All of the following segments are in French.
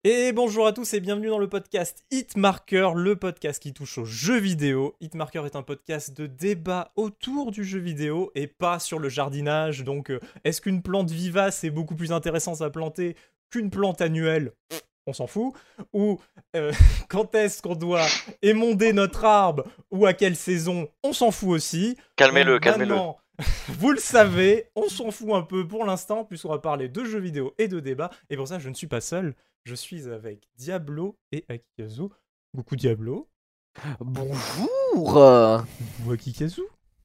Et bonjour à tous et bienvenue dans le podcast Hitmarker, le podcast qui touche aux jeux vidéo. Hitmarker est un podcast de débat autour du jeu vidéo et pas sur le jardinage. Donc, est-ce qu'une plante vivace est beaucoup plus intéressante à planter qu'une plante annuelle ? On s'en fout. Ou quand est-ce qu'on doit émonder notre arbre ou à quelle saison ? On s'en fout aussi. Calmez-le. Maintenant, vous le savez, on s'en fout un peu pour l'instant, puisqu'on va parler de jeux vidéo et de débat. Et pour ça, je ne suis pas seul. Je suis avec Diablo et Akikazu. Coucou Diablo. Bonjour. Coucou Akikazu.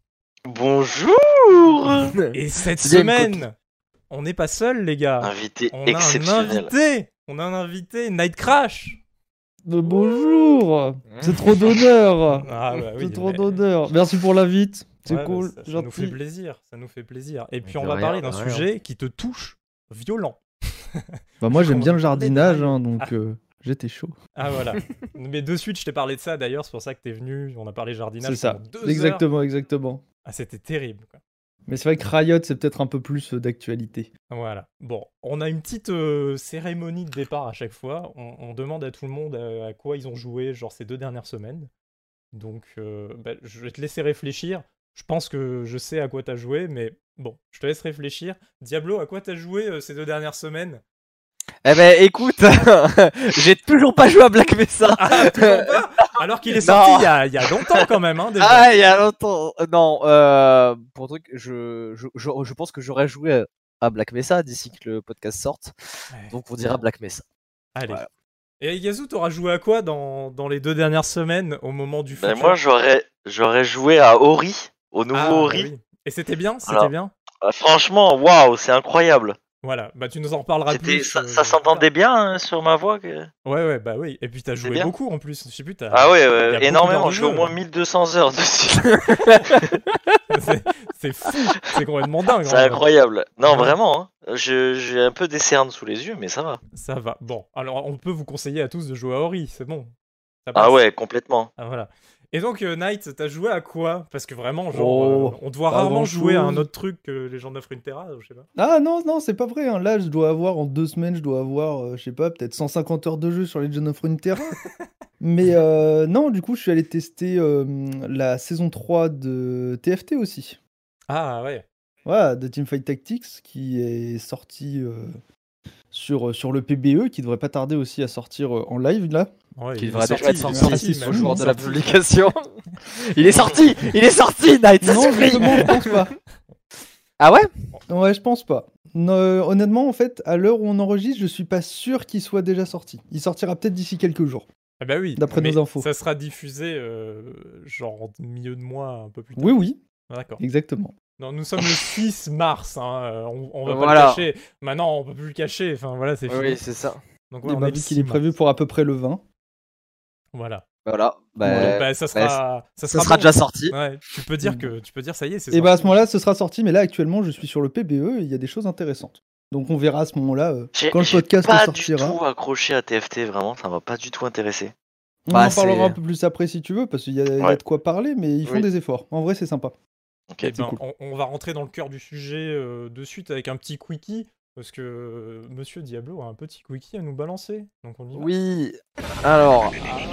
Bonjour. Et cette C'est bien une semaine, on n'est pas seul, les gars. Invité On exceptionnel. a un invité, Night Crash. Bonjour. C'est trop d'honneur. Ah bah oui. C'est trop mais- d'honneur. Merci pour l'invite. C'est Ouais, cool. bah, ça nous fait Gentil. plaisir. Ça nous fait plaisir. Et puis De on va rien, parler d'un de rien. sujet qui te touche violent. Bah moi j'aime bien le On va jardinage, détailler. hein, donc j'étais chaud. Ah voilà. Mais de suite, je t'ai parlé de ça d'ailleurs. C'est pour ça que t'es venu. On a parlé jardinage C'est ça. pendant 2 heures. Exactement. Ah, c'était terrible, quoi. Mais c'est vrai que Riot c'est peut-être un peu plus d'actualité. Voilà. Bon, on a une petite cérémonie de départ à chaque fois. On demande à tout le monde à quoi ils ont joué, genre ces 2 dernières semaines. Donc, bah, je vais te laisser réfléchir. Je pense que je sais à quoi t'as joué, mais bon, je te laisse réfléchir. Diablo, à quoi t'as joué ces 2 dernières semaines? Eh ben écoute, j'ai toujours pas joué à Black Mesa. Ah, toujours pas. Alors qu'il est Non. sorti il y a longtemps quand même, hein, déjà. Ah, il y a longtemps. Non, pour truc, je pense que j'aurais joué à Black Mesa d'ici que le podcast sorte. Ouais. Donc on dira Black Mesa. Allez. Voilà. Et Yazu, t'auras joué à quoi dans les 2 dernières semaines au moment du futur? Moi, j'aurais joué à Ori, au nouveau Ah, bah Ori. oui. Et c'était bien? C'était Alors, bien? Franchement, waouh, c'est incroyable. Voilà, bah tu nous en reparleras plus. Ça s'entendait bien hein, sur ma voix. Ouais, bah oui. Et puis t'as C'était joué bien. beaucoup en plus. Je sais plus, t'as. Ah ouais, il y a beaucoup énormément. d'heures de J'ai au jeu. moins 1200 heures dessus. C'est fou. C'est complètement dingue. C'est hein. incroyable. Non, Ouais. vraiment. Hein. J'ai un peu des cernes sous les yeux, mais ça va. Ça va. Bon, alors on peut vous conseiller à tous de jouer à Ori, c'est bon. Ça Ah passe. ouais, complètement. Ah, voilà. Et donc, Knight, t'as joué à quoi? Parce que vraiment, genre, Oh, on doit pas rarement jouer à un grand-chose. autre truc que les gens d'Offre Terra, je sais pas. Ah non, c'est pas vrai. Hein. Là je dois avoir en 2 semaines, je dois avoir, je sais pas, peut-être 150 heures de jeu sur Legend of Runeterra. Mais non, du coup je suis allé tester la saison 3 de TFT aussi. Ah ouais. Voilà, de Teamfight Tactics qui est sorti sur le PBE, qui devrait pas tarder aussi à sortir en live là. Ouais, Qui il est devrait sorti, déjà être il est sorti même, aux il est joueurs de la sorti. publication. Il est sorti, Night. Ça Non, suffit. justement, je pense pas. Ah ouais? Ouais, je pense pas. Non, honnêtement, en fait, à l'heure où on enregistre, je suis pas sûr qu'il soit déjà sorti. Il sortira peut-être d'ici quelques jours. Ah bah oui. D'après mais nos infos. Ça sera diffusé, genre, au milieu de mois, un peu plus tard. Oui, D'accord. exactement. Non, nous sommes le 6 mars, hein, on va pas Voilà. le cacher. Maintenant, on peut plus le cacher, enfin voilà, c'est fini. Oui, c'est ça. Donc Et ouais, on bah, est vu le qu'il est 6 prévu mars. pour à peu près le 20. Voilà. Voilà. Donc, bah, ça sera sera bon. déjà sorti. Ouais, tu peux dire ça y est, c'est Et bah à sorti. ce moment-là, ce sera sorti, mais là actuellement, je suis sur le PBE et il y a des choses intéressantes. Donc on verra à ce moment-là, quand le J'ai podcast pas du sortira. tout accroché à TFT, vraiment, ça m'a pas du tout intéressé. On Bah, en parlera c'est- un peu plus après si tu veux, parce qu'il y a Ouais. de quoi parler, mais ils font Oui. des efforts. En vrai, c'est sympa. Ok. Eh c'est ben, cool. on va rentrer dans le cœur du sujet de suite avec un petit quickie, parce que Monsieur Diablo a un petit quickie à nous balancer. Donc on y va. Oui. Alors.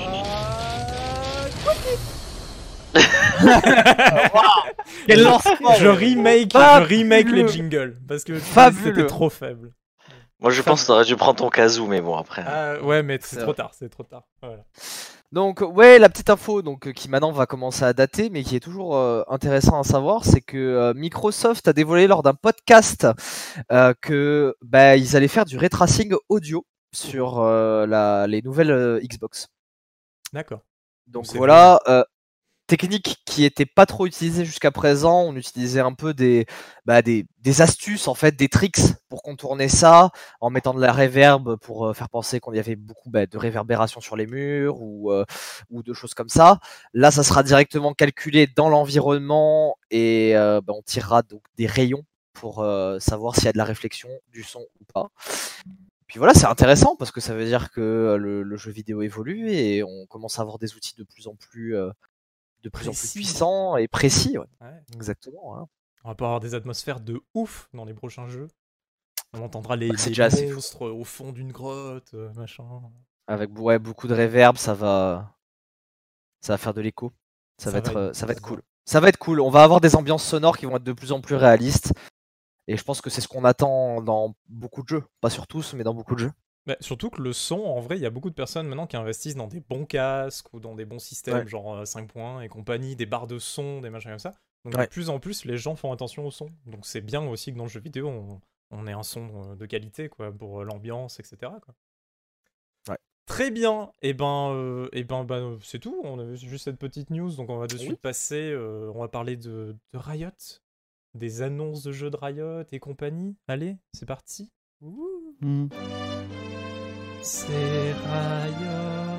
Quel lancement. Je remake Fabuleux. les jingles, parce que Fabuleux. c'était trop faible. Moi, je pense que t'aurais dû prendre ton kazoo, mais bon, après. Ah, ouais, mais c'est C'est trop vrai. tard, c'est trop tard. Voilà. Donc ouais, la petite info qui maintenant va commencer à dater, mais qui est toujours intéressant à savoir, c'est que Microsoft a dévoilé lors d'un podcast que ils allaient faire du ray tracing audio sur les nouvelles Xbox. D'accord. Donc C'est voilà, technique qui était pas trop utilisée jusqu'à présent. On utilisait un peu des astuces, en fait, des tricks pour contourner ça, en mettant de la reverb pour faire penser qu'on y avait beaucoup de réverbération sur les murs ou de choses comme ça. Là, ça sera directement calculé dans l'environnement et on tirera donc des rayons pour savoir s'il y a de la réflexion du son ou pas. Puis voilà, c'est intéressant parce que ça veut dire que le jeu vidéo évolue et on commence à avoir des outils de plus en plus Précis. puissants et précis. Ouais. Ouais. Exactement. Hein. On va pas avoir des atmosphères de ouf dans les prochains jeux. On entendra les c'est déjà assez fou. monstres au fond d'une grotte, machin. Avec beaucoup de reverb, ça va faire de l'écho. Ça va être bizarre. cool. Ça va être cool. On va avoir des ambiances sonores qui vont être de plus en plus réalistes. Et je pense que c'est ce qu'on attend dans beaucoup de jeux. Pas sur tous, mais dans beaucoup de jeux. Bah, surtout que le son, en vrai, il y a beaucoup de personnes maintenant qui investissent dans des bons casques ou dans des bons systèmes, Ouais. genre 5 points et compagnie, des barres de son, des machins comme ça. Donc de Ouais. plus en plus, les gens font attention au son. Donc c'est bien aussi que dans le jeu vidéo, on ait un son de qualité, quoi, pour l'ambiance, etc., quoi. Ouais. Très bien. C'est tout. On avait juste cette petite news, donc on va de suite passer. On va parler de Riot, des annonces de jeux de Riot et compagnie. Allez, c'est parti. Ouh. Hmm. C'est Riot.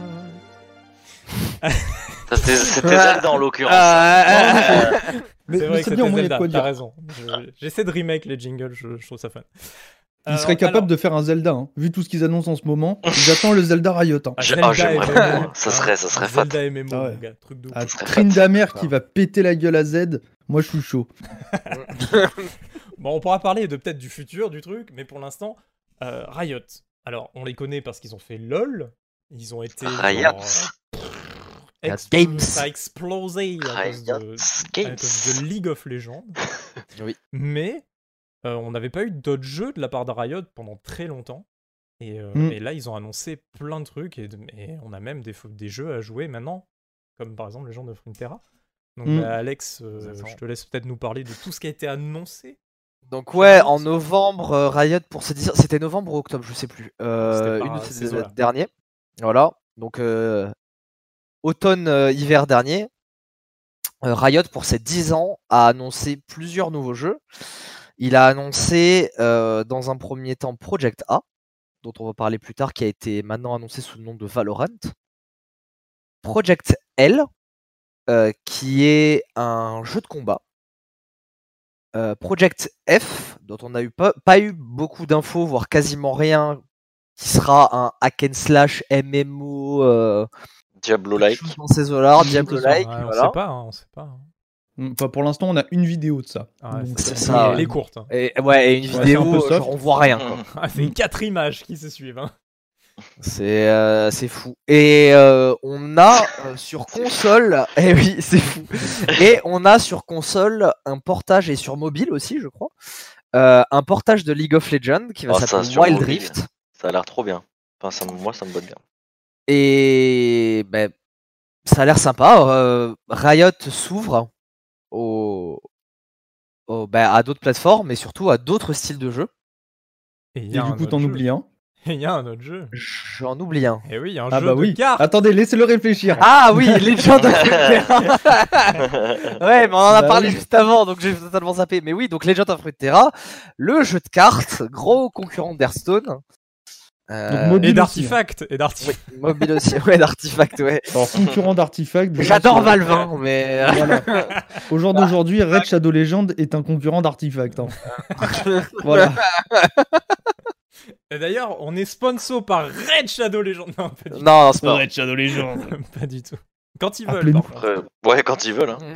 C'était Zelda en l'occurrence. Mais, C'est mais vrai que c'est c'était bien, au moins, il y a de Zelda, quoi t'as dire. raison. J'essaie de remake les jingles, je trouve ça fun. Ils seraient capables de faire un Zelda, hein. Vu tout ce qu'ils annoncent en ce moment. J'attends le Zelda Riot. Hein. J'aimerais beaucoup. Ça serait fat. Zelda MMO, Ah ouais. mon gars, truc de ouf. Ah, serait Tryndamere qui va péter la gueule à Z. Moi, je suis chaud. Bon, on pourra parler de peut-être du futur du truc, mais pour l'instant, Riot. Alors, on les connaît parce qu'ils ont fait LOL. Ils ont été. Riot. Genre, Games. Ça a explosé à cause Riot de Games. League of Legends. Oui. Mais on n'avait pas eu d'autres jeux de la part de Riot pendant très longtemps. Et là, ils ont annoncé plein de trucs. Et on a même des jeux à jouer maintenant. Comme par exemple les gens de Frontera. Donc, Alex, je te laisse peut-être nous parler de tout ce qui a été annoncé. Donc ouais, en novembre, Riot pour ces 10 ans, c'était novembre ou octobre, je sais plus. Une de ces eaux-là. derniers. Voilà. Donc automne-hiver dernier, Riot pour ses 10 ans a annoncé plusieurs nouveaux jeux. Il a annoncé dans un premier temps Project A, dont on va parler plus tard, qui a été maintenant annoncé sous le nom de Valorant. Project L, qui est un jeu de combat. Project F, dont on n'a pas eu beaucoup d'infos, voire quasiment rien, qui sera un hack and slash MMO Diablo-like. dans ces eaux-là, Diablo-like. Ouais, on voilà. sait pas, on sait pas. Enfin, pour l'instant, on a une vidéo de ça. Ah, Donc, c'est ça, Elle ouais. est courte. Hein. Et une Ouais, vidéo, c'est un peu soft. genre, on voit rien. Quoi. Ah, c'est 4 images qui se suivent. Hein. C'est fou. Et on a sur console, eh oui, c'est fou. Et on a sur console un portage, et sur mobile aussi, je crois, un portage de League of Legends qui va Oh, ça, s'appeler sur Wild mobile. Rift. Ça a l'air trop bien. Enfin, moi, ça me botte bien. Et ben, ça a l'air sympa. Riot s'ouvre à d'autres plateformes, mais surtout à d'autres styles de jeux. Et Et du coup, t'en oublies un. Et il y a un autre jeu. J'en oublie un. Et oui, il y a un Ah jeu bah de oui. cartes. Attendez, laissez-le réfléchir. Ah oui, Legend of Runeterra. Ouais, mais on en a Bah parlé oui. juste avant, donc j'ai totalement zappé. Mais oui, donc Legend of Runeterra, le jeu de cartes, gros concurrent d'Hearthstone. Donc, mobile Et aussi, d'artefacts. Et Oui, d'artefacts. mobile aussi, ouais, d'Artifact, ouais. Alors, concurrent d'Artifact. J'adore Valve, mais... Voilà. Au jour d'aujourd'hui, Red Shadow Legend est un concurrent d'Artifact. Hein. Voilà. Et d'ailleurs, on est sponsor par Red Shadow Legends. Non, pas du Non, c'est pas vrai. Red Shadow Legend. tout. Pas du tout. Quand ils veulent, Appelez-nous. par contre. Après, ouais, quand ils veulent. Hein.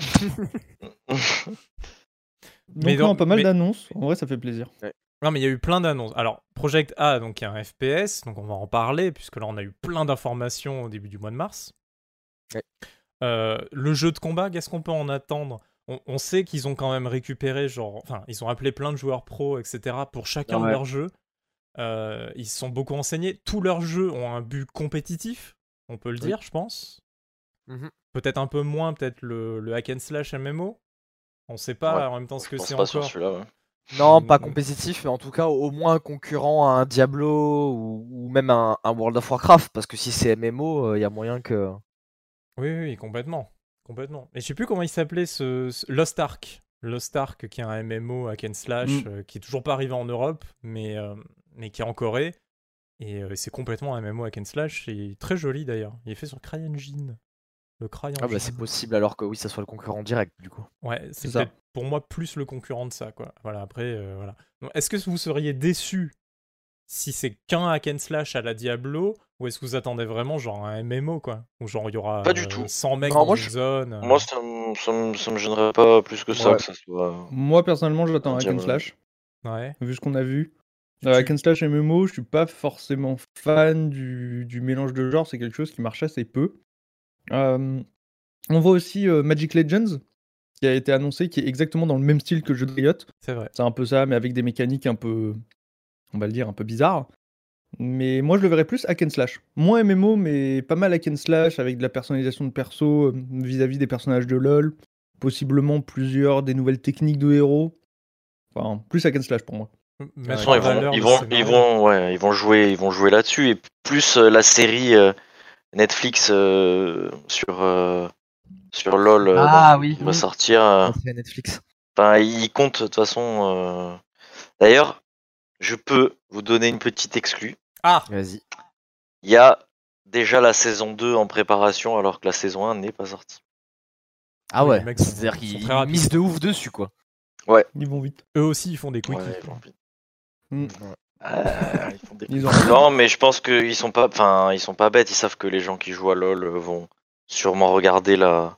Mais Donc, non, donc- pas mal mais- d'annonces. En vrai, ça fait plaisir. Non, mais il y a eu plein d'annonces. Alors, Project A, donc, qui est un FPS, donc on va en parler, puisque là, on a eu plein d'informations au début du mois de mars. Ouais. Le jeu de combat, qu'est-ce qu'on peut en attendre ? On sait qu'ils ont quand même récupéré, enfin, ils ont appelé plein de joueurs pros, etc., pour chacun de Ouais. leurs jeux. Ils se sont beaucoup renseignés. Tous leurs jeux ont un but compétitif, on peut le Oui. dire, je pense. Mhm. Peut-être un peu moins, peut-être le hack and slash MMO. On sait pas Ouais, en même temps ce Je que pense c'est pas sur encore. celui-là. Ouais. Non, pas compétitif, mais en tout cas, au moins concurrent à un Diablo ou même un World of Warcraft, parce que si c'est MMO, il y a moyen que... Oui, complètement. Complètement. Et je sais plus comment il s'appelait ce Lost Ark. Lost Ark, qui est un MMO hack and slash, qui est toujours pas arrivé en Europe, mais qui est en Corée. Et c'est complètement un MMO hack and slash. Et très joli d'ailleurs. Il est fait sur CryEngine. Le CryEngine. Ah bah c'est possible, alors que oui, ça soit le concurrent direct, du coup. Ouais, c'est ça. peut-être pour moi plus le concurrent de ça, quoi. Voilà, après, voilà. Donc, est-ce que vous seriez déçu si c'est qu'un hack and slash à la Diablo, ou est-ce que vous attendez vraiment genre un MMO, quoi? Ou genre il y aura Pas du tout. 100 mecs Non, dans moi, une zone. Moi, ça me gênerait pas plus que ça Ouais. que ça soit. Moi, personnellement, j'attends un hack and Diablo. slash. Ouais. Vu ce qu'on a vu. Hack and slash MMO, je suis pas forcément fan du mélange de genres, c'est quelque chose qui marche assez peu. On voit aussi Magic Legends, qui a été annoncé, qui est exactement dans le même style que le jeu de Riot. C'est vrai. C'est un peu ça, mais avec des mécaniques un peu, on va le dire, un peu bizarres. Mais moi, je le verrais plus hack and slash. Moins MMO, mais pas mal hack and slash, avec de la personnalisation de perso vis-à-vis des personnages de LoL. Possiblement des nouvelles techniques de héros. Enfin, plus hack and slash pour moi. De toute façon, ils vont jouer là-dessus. Et plus la série Netflix sur LoL qui va sortir. Netflix. Ils comptent de toute façon. D'ailleurs, je peux vous donner une petite exclue. Ah, vas-y. Il y a déjà la saison 2 en préparation alors que la saison 1 n'est pas sortie. Ah ouais, c'est-à-dire qu'ils misent de ouf dessus, quoi. Ouais. Ils vont vite. Eux aussi, ils font des quickies. Ouais, ils vont vite. Ils font des Non, mais je pense qu'ils sont pas bêtes. Ils savent que les gens qui jouent à LoL vont sûrement regarder la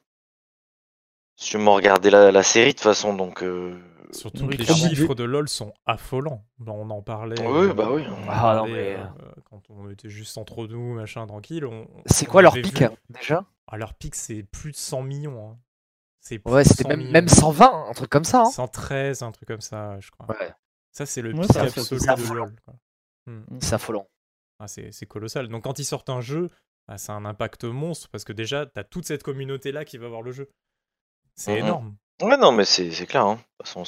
série de toute façon. Donc. Surtout que les chiffres de LoL sont affolants. On en parlait. Oui, bah oui. Quand on était juste entre nous, machin, tranquille. C'est quoi leur pic déjà? Leur pic, c'est plus de 100 millions. Hein. C'était même 120, un truc comme ça. Hein. 113, un truc comme ça, je crois. Ouais. Ça, c'est le pic absolu de LoL. C'est affolant. C'est colossal. Donc, quand ils sortent un jeu, c'est un impact monstre parce que déjà, t'as toute cette communauté-là qui va voir le jeu. C'est énorme. Ouais, non, mais c'est clair. Hein. De toute façon,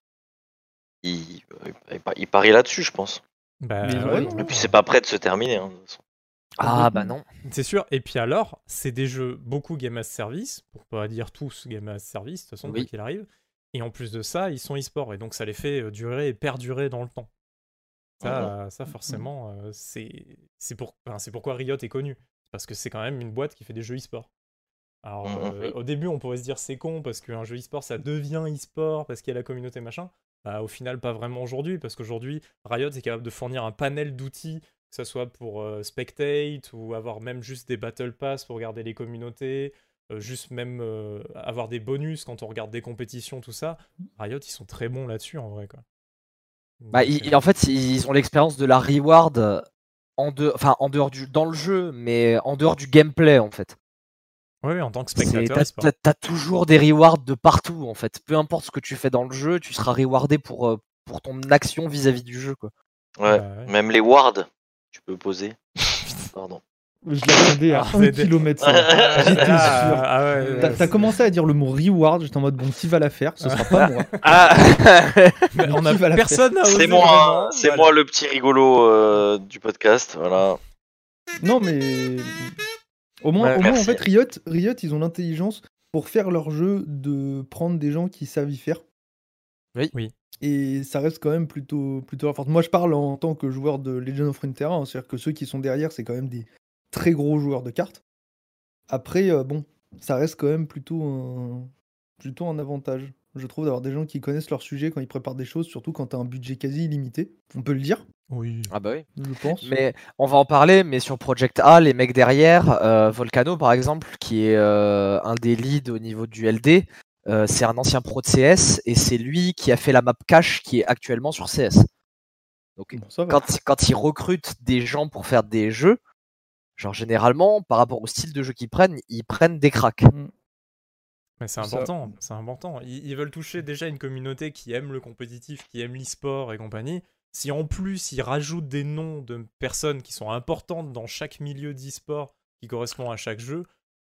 ils parient là-dessus, je pense. Et puis, c'est pas prêt de se terminer. Hein, de toute façon. Ah bah non. C'est sûr. Et puis alors, c'est des jeux beaucoup game as service, pour pas dire tous game as service, de toute façon, quoi qu'il arrive. Et en plus de ça, ils sont e-sport. Et donc, ça les fait durer et perdurer dans le temps. Ça forcément, c'est pourquoi Riot est connu. Parce que c'est quand même une boîte qui fait des jeux e-sport. Alors, au début, on pourrait se dire c'est con parce qu'un jeu e-sport, ça devient e-sport parce qu'il y a la communauté machin. Au final, pas vraiment aujourd'hui, parce qu'aujourd'hui, Riot est capable de fournir un panel d'outils, que ce soit pour spectate ou avoir même juste des battle pass pour regarder les communautés, juste même avoir des bonus quand on regarde des compétitions, tout ça. Riot, ils sont très bons là-dessus en vrai, quoi. Donc, en fait, ils ont l'expérience de la reward en dehors dans le jeu, mais en dehors du gameplay en fait. Oui, en tant que spectateur. T'as toujours des rewards de partout en fait. Peu importe ce que tu fais dans le jeu, tu seras rewardé pour ton action vis-à-vis du jeu, quoi. Ouais, même les wards, tu peux poser. Pardon. Je l'attendais à 1 km. J'étais sûr. T'as commencé à dire le mot reward, j'étais en mode bon, qui va la faire? Ce sera pas moi. On a personne à oser. C'est moi le petit rigolo du podcast, voilà. Non mais au moins en fait Riot, ils ont l'intelligence pour faire leur jeu de prendre des gens qui savent y faire. Oui. Et ça reste quand même plutôt fort. Moi je parle en tant que joueur de Legend of Runeterra, hein, c'est-à-dire que ceux qui sont derrière, c'est quand même des très gros joueurs de cartes. Après, ça reste quand même plutôt un avantage, je trouve, d'avoir des gens qui connaissent leur sujet quand ils préparent des choses, surtout quand tu as un budget quasi illimité. On peut le dire. Oui. Ah bah oui. Je pense. Mais on va en parler, mais sur Project A, les mecs derrière, Volcano par exemple, qui est un des leads au niveau du LD, c'est un ancien pro de CS, et c'est lui qui a fait la map cache qui est actuellement sur CS. Donc quand ils recrutent des gens pour faire des jeux, genre généralement, par rapport au style de jeu qu'ils prennent, ils prennent des cracks. Mais c'est important, c'est important. Ils veulent toucher déjà une communauté qui aime le compétitif, qui aime l'e-sport et compagnie. Si en plus ils rajoutent des noms de personnes qui sont importantes dans chaque milieu d'e-sport qui correspond à chaque jeu,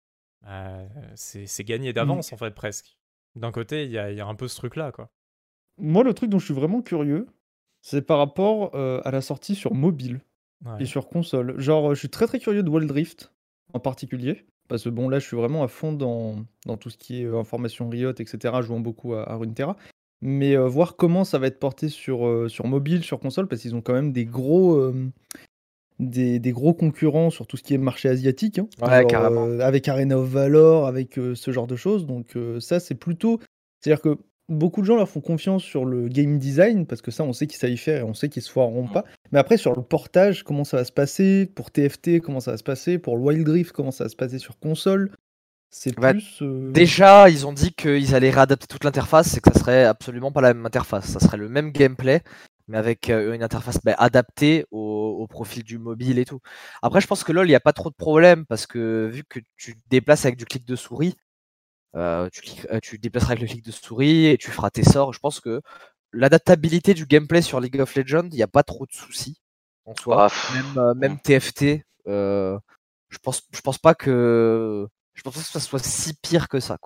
c'est gagné d'avance en fait presque. D'un côté, il y a un peu ce truc-là, quoi. Moi, le truc dont je suis vraiment curieux, c'est par rapport à la sortie sur mobile. Et sur console. Genre, je suis très très curieux de Wild Rift en particulier. Parce que bon, là, je suis vraiment à fond dans tout ce qui est information Riot, etc. Jouant beaucoup à Runeterra. Mais voir comment ça va être porté sur mobile, sur console, parce qu'ils ont quand même des gros concurrents sur tout ce qui est marché asiatique. Hein, genre, carrément. Avec Arena of Valor, avec ce genre de choses. Donc ça, c'est plutôt... C'est-à-dire que beaucoup de gens leur font confiance sur le game design, parce que ça, on sait qu'ils savent y faire et on sait qu'ils se foireront pas. Mais après, sur le portage, comment ça va se passer? Pour TFT, comment ça va se passer? Pour le Wild Rift, comment ça va se passer sur console? C'est plus... Déjà, ils ont dit qu'ils allaient réadapter toute l'interface et que ça serait absolument pas la même interface. Ça serait le même gameplay, mais avec une interface adaptée au profil du mobile et tout. Après, je pense que LoL, il n'y a pas trop de problème parce que vu que tu te déplaces avec du clic de souris, tu déplaceras avec le clic de souris et tu feras tes sorts. Je pense que l'adaptabilité du gameplay sur League of Legends, il n'y a pas trop de soucis en soi. Même TFT, je pense pas que ça soit si pire que ça, quoi.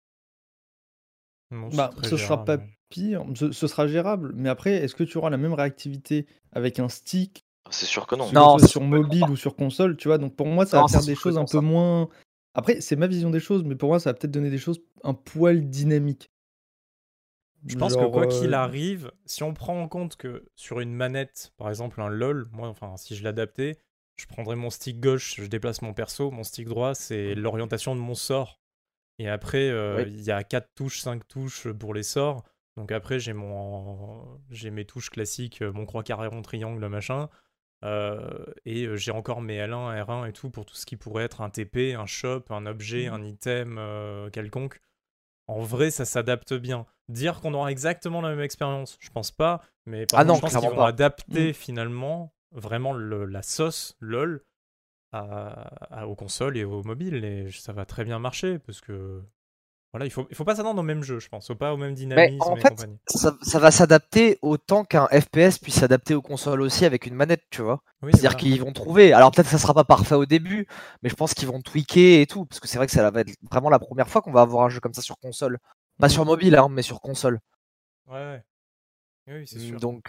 Non, ce sera pas pire, ce sera gérable, mais après, est-ce que tu auras la même réactivité avec un stick? C'est sûr que non. Non, sur mobile ou sur console, tu vois. Donc pour moi, ça va faire des choses un peu moins. Après, c'est ma vision des choses, mais pour moi, ça va peut-être donner des choses un poil dynamiques. Je pense que quoi qu'il arrive, si on prend en compte que sur une manette, par exemple un LoL, moi, enfin, si je l'adaptais, je prendrais mon stick gauche, je déplace mon perso, mon stick droit, c'est l'orientation de mon sort. Et après, il y a 4 touches, 5 touches pour les sorts. Donc après, j'ai mes touches classiques, mon croix, carré, rond, triangle, machin. Et j'ai encore mes L1, R1 et tout pour tout ce qui pourrait être un TP, un shop, un objet, un item quelconque. En vrai, ça s'adapte bien. Dire qu'on aura exactement la même expérience, je pense pas. Mais par contre, je pense qu'ils vont adapter finalement vraiment la sauce LoL aux consoles et aux mobiles, et ça va très bien marcher parce que voilà, il faut pas s'attendre au même jeu, je pense, pas au même dynamisme. Mais en fait, ça va s'adapter autant qu'un FPS puisse s'adapter aux consoles aussi avec une manette, tu vois. Oui, c'est-à-dire qu'ils vont trouver. Alors peut-être que ça sera pas parfait au début, mais je pense qu'ils vont tweaker et tout, parce que c'est vrai que ça va être vraiment la première fois qu'on va avoir un jeu comme ça sur console, pas sur mobile, hein, mais sur console. Ouais. Oui, c'est sûr. Donc,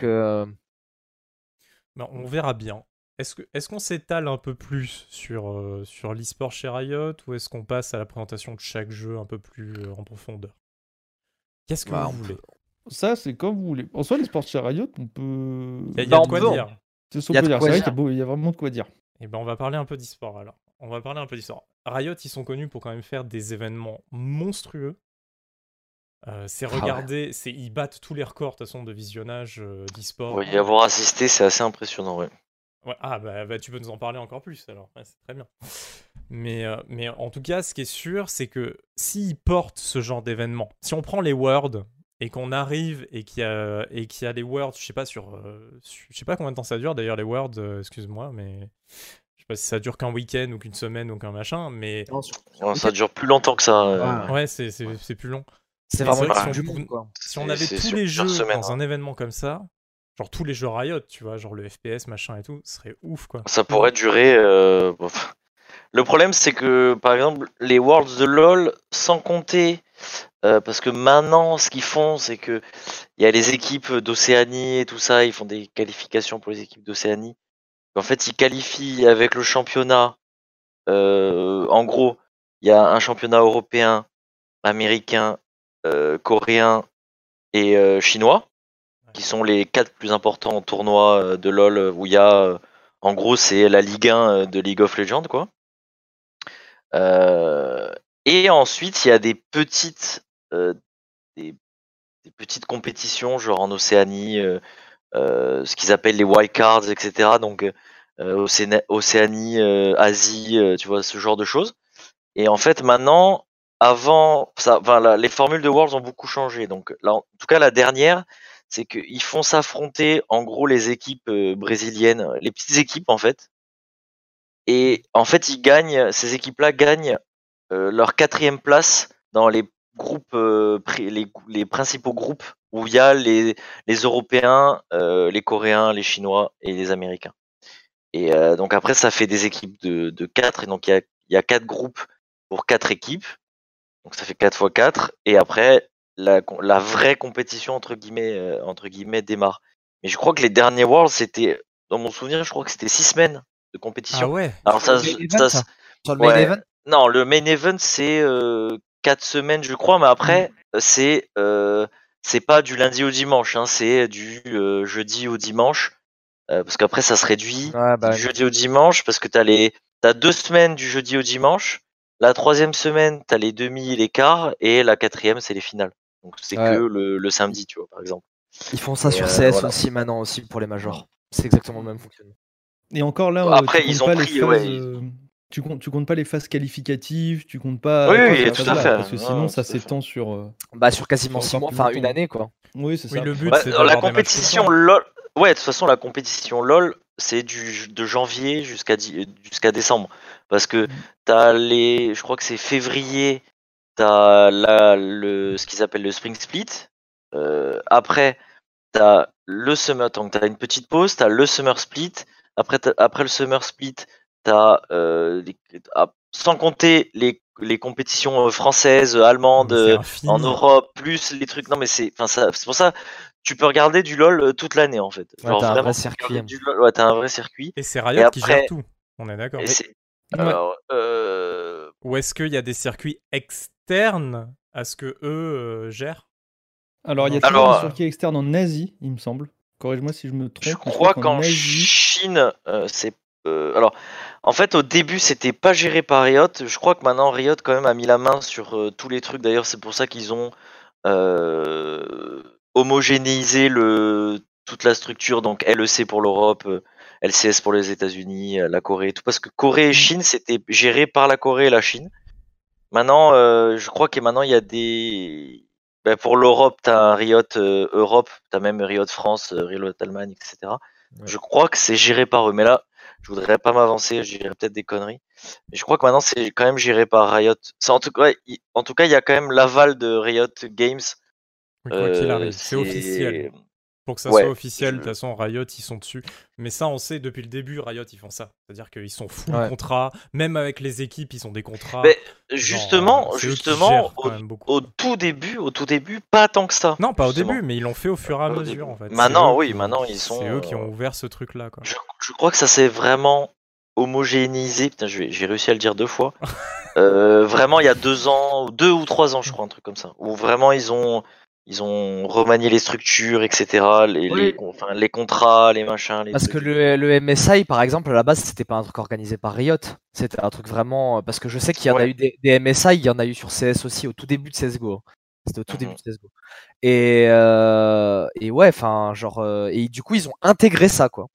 on verra bien. Est-ce qu'on s'étale un peu plus sur l'e-sport chez Riot, ou est-ce qu'on passe à la présentation de chaque jeu un peu plus en profondeur? Qu'est-ce que vous voulez? Ça, c'est comme vous voulez. En soi, l'e-sport chez Riot, on peut... Il y a de quoi dire. C'est ce qu'on peut dire. C'est vrai qu'il y a vraiment de quoi dire. Et ben, on va parler un peu d'e-sport, alors. On va parler un peu d'e-sport. Riot, ils sont connus pour quand même faire des événements monstrueux. Ils battent tous les records de toute façon de visionnage d'e-sport. Y avoir assisté, c'est assez impressionnant, ouais. Ouais, tu peux nous en parler encore plus alors, c'est très bien. Mais en tout cas, ce qui est sûr, c'est que s'ils portent ce genre d'événement, si on prend les Worlds et qu'on arrive et qu'il y a les Worlds, je sais pas combien de temps ça dure d'ailleurs les Worlds, excuse-moi, mais je sais pas si ça dure qu'un week-end ou qu'une semaine ou qu'un machin, mais ça dure plus longtemps que ça. Ouais, c'est plus long. C'est vraiment du monde, quoi. Si on avait tous les jeux dans un événement comme ça, genre tous les jeux Riot, tu vois, genre le FPS, machin et tout, ce serait ouf, quoi. Ça pourrait durer... Le problème, c'est que, par exemple, les Worlds de LoL, sans compter... parce que maintenant, ce qu'ils font, c'est que il y a les équipes d'Océanie et tout ça, ils font des qualifications pour les équipes d'Océanie. En fait, ils qualifient avec le championnat. En gros, il y a un championnat européen, américain, coréen et chinois, qui sont les 4 plus importants tournois de LoL où il y a, en gros, c'est la Ligue 1 de League of Legends, quoi. Et ensuite, il y a des petites compétitions, genre en Océanie, ce qu'ils appellent les wildcards, etc. Donc, Océanie, Asie, tu vois, ce genre de choses. Et en fait, maintenant, les formules de Worlds ont beaucoup changé. Donc, là, en tout cas, la dernière, c'est qu'ils font s'affronter, en gros, les équipes brésiliennes, les petites équipes, en fait. Et en fait, ces équipes-là gagnent leur 4e place dans les groupes, les principaux groupes où il y a les Européens, les Coréens, les Chinois et les Américains. Et donc après, ça fait des équipes de 4. Et donc, il y a 4 groupes pour 4 équipes. Donc, ça fait 4 x 4. Et après, la vraie compétition, entre guillemets, démarre. Mais je crois que les derniers Worlds, c'était, dans mon souvenir, je crois que c'était 6 semaines de compétition. Ah ouais. Alors sur le main event. Non, le main event, c'est 4 semaines, je crois. Mais après, c'est pas du lundi au dimanche. Hein, c'est du jeudi au dimanche. Parce qu'après, ça se réduit du jeudi au dimanche, parce que t'as 2 semaines du jeudi au dimanche. La 3e semaine, t'as les demi et les quarts, et la 4e, c'est les finales. Donc c'est que le samedi, tu vois, par exemple. Ils font ça sur CS aussi maintenant aussi pour les majors. C'est exactement le même fonctionnement. Et encore là, après ils ont pris, tu comptes pas les phases qualificatives, tu comptes pas. Oui, tout à fait. Parce que sinon, ça s'étend sur. Sur quasiment 6 mois, enfin une année, quoi. Oui, c'est ça. Le but, c'est la compétition LoL. ouais, de toute façon, la compétition LoL, c'est de janvier jusqu'à décembre. Parce que je crois que c'est février, t'as ce qu'ils appellent le Spring Split. Après, t'as le Summer, donc t'as une petite pause, t'as le Summer Split. Après le Summer Split, t'as sans compter les compétitions françaises, allemandes, en Europe, plus les trucs. Non mais c'est pour ça, tu peux regarder du LoL toute l'année en fait. Genre t'as vraiment un vrai circuit. T'as un vrai circuit. Et c'est Riot qui gère tout. On est d'accord. Alors, ou est-ce qu'il y a des circuits externes à ce que eux gèrent? Alors, il y a toujours des circuits externes en Asie, il me semble. Corrige-moi si je me trompe. Je crois qu'en Chine, c'est. Alors, en fait, au début, c'était pas géré par Riot. Je crois que maintenant, Riot, quand même, a mis la main sur tous les trucs. D'ailleurs, c'est pour ça qu'ils ont homogénéisé toute la structure. Donc, LEC pour l'Europe, LCS pour les États-Unis, la Corée et tout. Parce que Corée et Chine, c'était géré par la Corée et la Chine. Maintenant, je crois que maintenant, il y a des. Ben pour l'Europe, tu as un Riot Europe, tu as même Riot France, Riot Allemagne, etc. Ouais. Je crois que c'est géré par eux. Mais là, je voudrais pas m'avancer, je dirais peut-être des conneries. Mais je crois que maintenant, c'est quand même géré par Riot. En tout cas, il y a quand même l'aval de Riot Games. Oui, quoi qu'il arrive, c'est officiel. Pour que ça soit officiel, de toute façon, Riot, ils sont dessus. Mais ça, on sait, depuis le début, Riot, ils font ça. C'est-à-dire qu'ils sont full contrat. Même avec les équipes, ils ont des contrats. Mais justement, au tout début, pas tant que ça. Non, pas au début, mais ils l'ont fait au fur et à mesure, en fait. Maintenant, maintenant, ils sont... C'est eux qui ont ouvert ce truc-là, quoi. Je crois que ça s'est vraiment homogénéisé. Putain, j'ai réussi à le dire 2 fois. Vraiment, il y a 2 ans, 2 ou 3 ans, je crois, un truc comme ça. Où vraiment, ils ont remanié les structures, etc. Les contrats, les machins. Parce que le MSI, par exemple, à la base, c'était pas un truc organisé par Riot. C'était un truc vraiment. Parce que je sais qu'il y en a eu des MSI, il y en a eu sur CS aussi, au tout début de CSGO. C'était au tout début de CSGO. Et ouais, enfin, genre. Et du coup, ils ont intégré ça, quoi.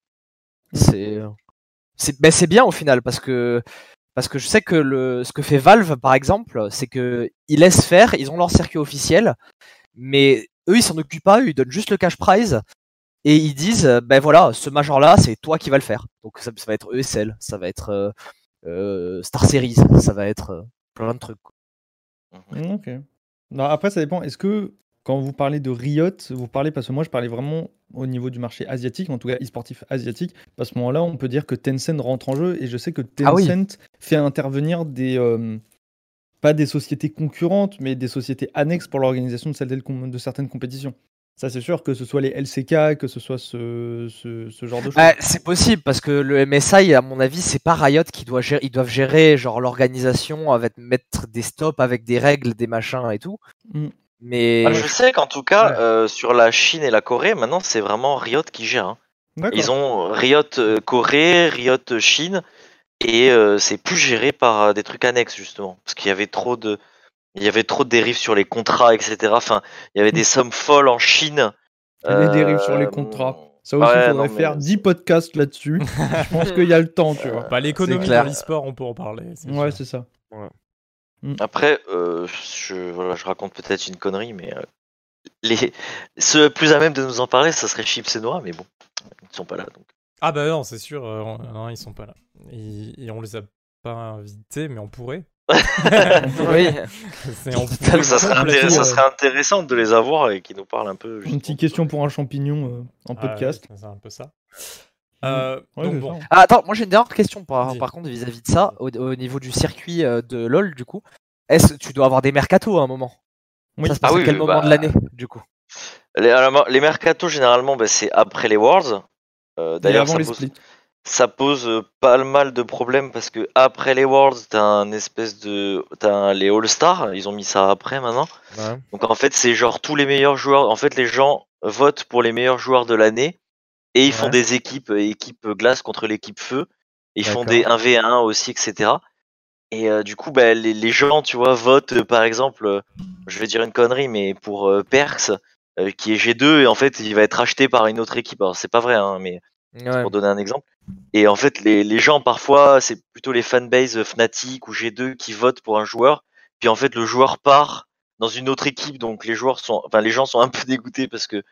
C'est bien au final, parce que je sais que ce que fait Valve, par exemple, c'est que ils laissent faire, ils ont leur circuit officiel. Mais eux, ils s'en occupent pas, ils donnent juste le cash prize et ils disent ben voilà, ce major-là, c'est toi qui vas le faire. Donc ça va être ESL, ça va être Star Series, ça va être plein de trucs. Ok. Non, après, ça dépend. Est-ce que quand vous parlez de Riot, vous parlez, parce que moi je parlais vraiment au niveau du marché asiatique, en tout cas e-sportif asiatique, à ce moment-là, on peut dire que Tencent rentre en jeu et je sais que Tencent fait intervenir des. Pas des sociétés concurrentes, mais des sociétés annexes pour l'organisation de certaines compétitions. Ça, c'est sûr, que ce soit les LCK, que ce soit ce genre de choses. C'est possible, parce que le MSI, à mon avis, c'est pas Riot qui doit gérer. Ils doivent gérer genre l'organisation, avec mettre des stops avec des règles, des machins et tout. Mais je sais qu'en tout cas, sur la Chine et la Corée, maintenant, c'est vraiment Riot qui gère. Hein. Ils ont Riot Corée, Riot Chine. Et c'est plus géré par des trucs annexes justement, parce qu'il y avait trop de dérives sur les contrats, etc. Enfin, il y avait des sommes folles en Chine. Des dérives sur les contrats. Ça aussi, il faudrait faire 10 podcasts là-dessus. Je pense qu'il y a le temps, tu vois. L'économie dans l'e-sport, on peut en parler. Ouais, c'est ça. Ouais. Après, je raconte peut-être une connerie, mais ceux plus à même de nous en parler, ça serait Chips et Noah, mais bon, ils ne sont pas là. Donc. Ah bah non, c'est sûr, non, ils sont pas là. Et on les a pas invités, mais on pourrait. Oui. Ça serait intéressant de les avoir et qu'ils nous parlent un peu. Une petite question pour un champignon en podcast. C'est un peu ça. Donc bon. Attends, moi j'ai une dernière question par contre vis-à-vis de ça, au niveau du circuit de LoL du coup. Est-ce que tu dois avoir des mercatos à un moment? Ça se passe à quel moment de l'année du coup? Les mercatos généralement c'est après les Worlds. D'ailleurs ça pose pas mal de problèmes parce que après les Worlds t'as les All-Stars, ils ont mis ça après maintenant. Ouais. Donc en fait c'est genre tous les meilleurs joueurs, en fait les gens votent pour les meilleurs joueurs de l'année et ils font des équipes glace contre l'équipe feu, ils font des 1v1 aussi, etc. Et du coup les gens tu vois votent par exemple, je vais dire une connerie mais pour Perks qui est G2 et en fait il va être acheté par une autre équipe. Alors c'est pas vrai hein, mais c'est pour donner un exemple. Et en fait les gens parfois c'est plutôt les fanbases Fnatic ou G2 qui votent pour un joueur, puis en fait le joueur part dans une autre équipe, donc les gens sont un peu dégoûtés parce que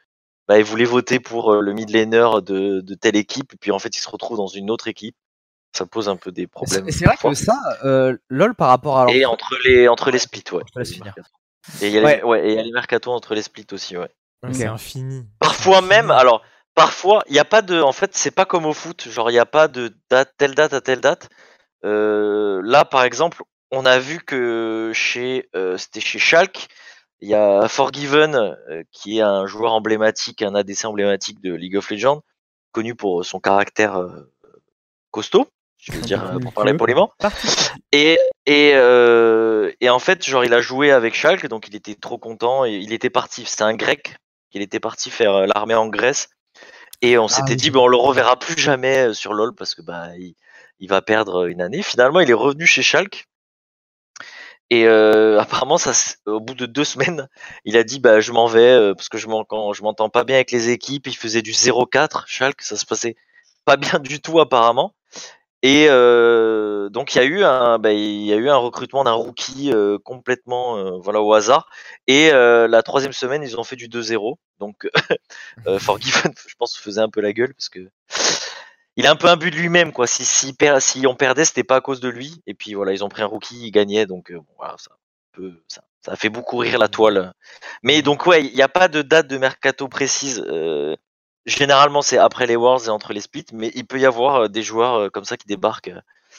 ils voulaient voter pour le mid laner de telle équipe, et puis en fait ils se retrouvent dans une autre équipe. Ça pose un peu des problèmes. C'est vrai que ça, LoL par rapport à et entre les splits, ouais. Et il y a les mercato entre les splits aussi, ouais. C'est infini. Parfois même, alors parfois il y a pas de, en fait c'est pas comme au foot, genre il y a pas de telle date à telle date. Là par exemple, on a vu que c'était chez Schalke, il y a Forgiven qui est un joueur emblématique, un ADC emblématique de League of Legends, connu pour son caractère costaud, je veux dire pour parler poliment. Et en fait, genre il a joué avec Schalke, donc il était trop content et il était parti. C'était un Grec, il était parti faire l'armée en Grèce. Et on s'était dit, on le reverra plus jamais sur LoL parce que il va perdre une année. Finalement, il est revenu chez Schalke. Et apparemment, au bout de 2 semaines, il a dit, je m'en vais parce que je m'entends pas bien avec les équipes. Il faisait du 0-4 Schalke, ça se passait pas bien du tout apparemment. Et donc il y a eu un recrutement d'un rookie complètement au hasard. Et la 3e semaine, ils ont fait du 2-0. Donc Forgiven, je pense, faisait un peu la gueule parce que il a un peu imbu de lui-même, quoi. Si on perdait, c'était pas à cause de lui. Et puis voilà, ils ont pris un rookie, ils gagnaient. Donc voilà, ça a fait beaucoup rire la toile. Mais donc ouais, il n'y a pas de date de mercato précise. Généralement, c'est après les Worlds et entre les splits, mais il peut y avoir des joueurs comme ça qui débarquent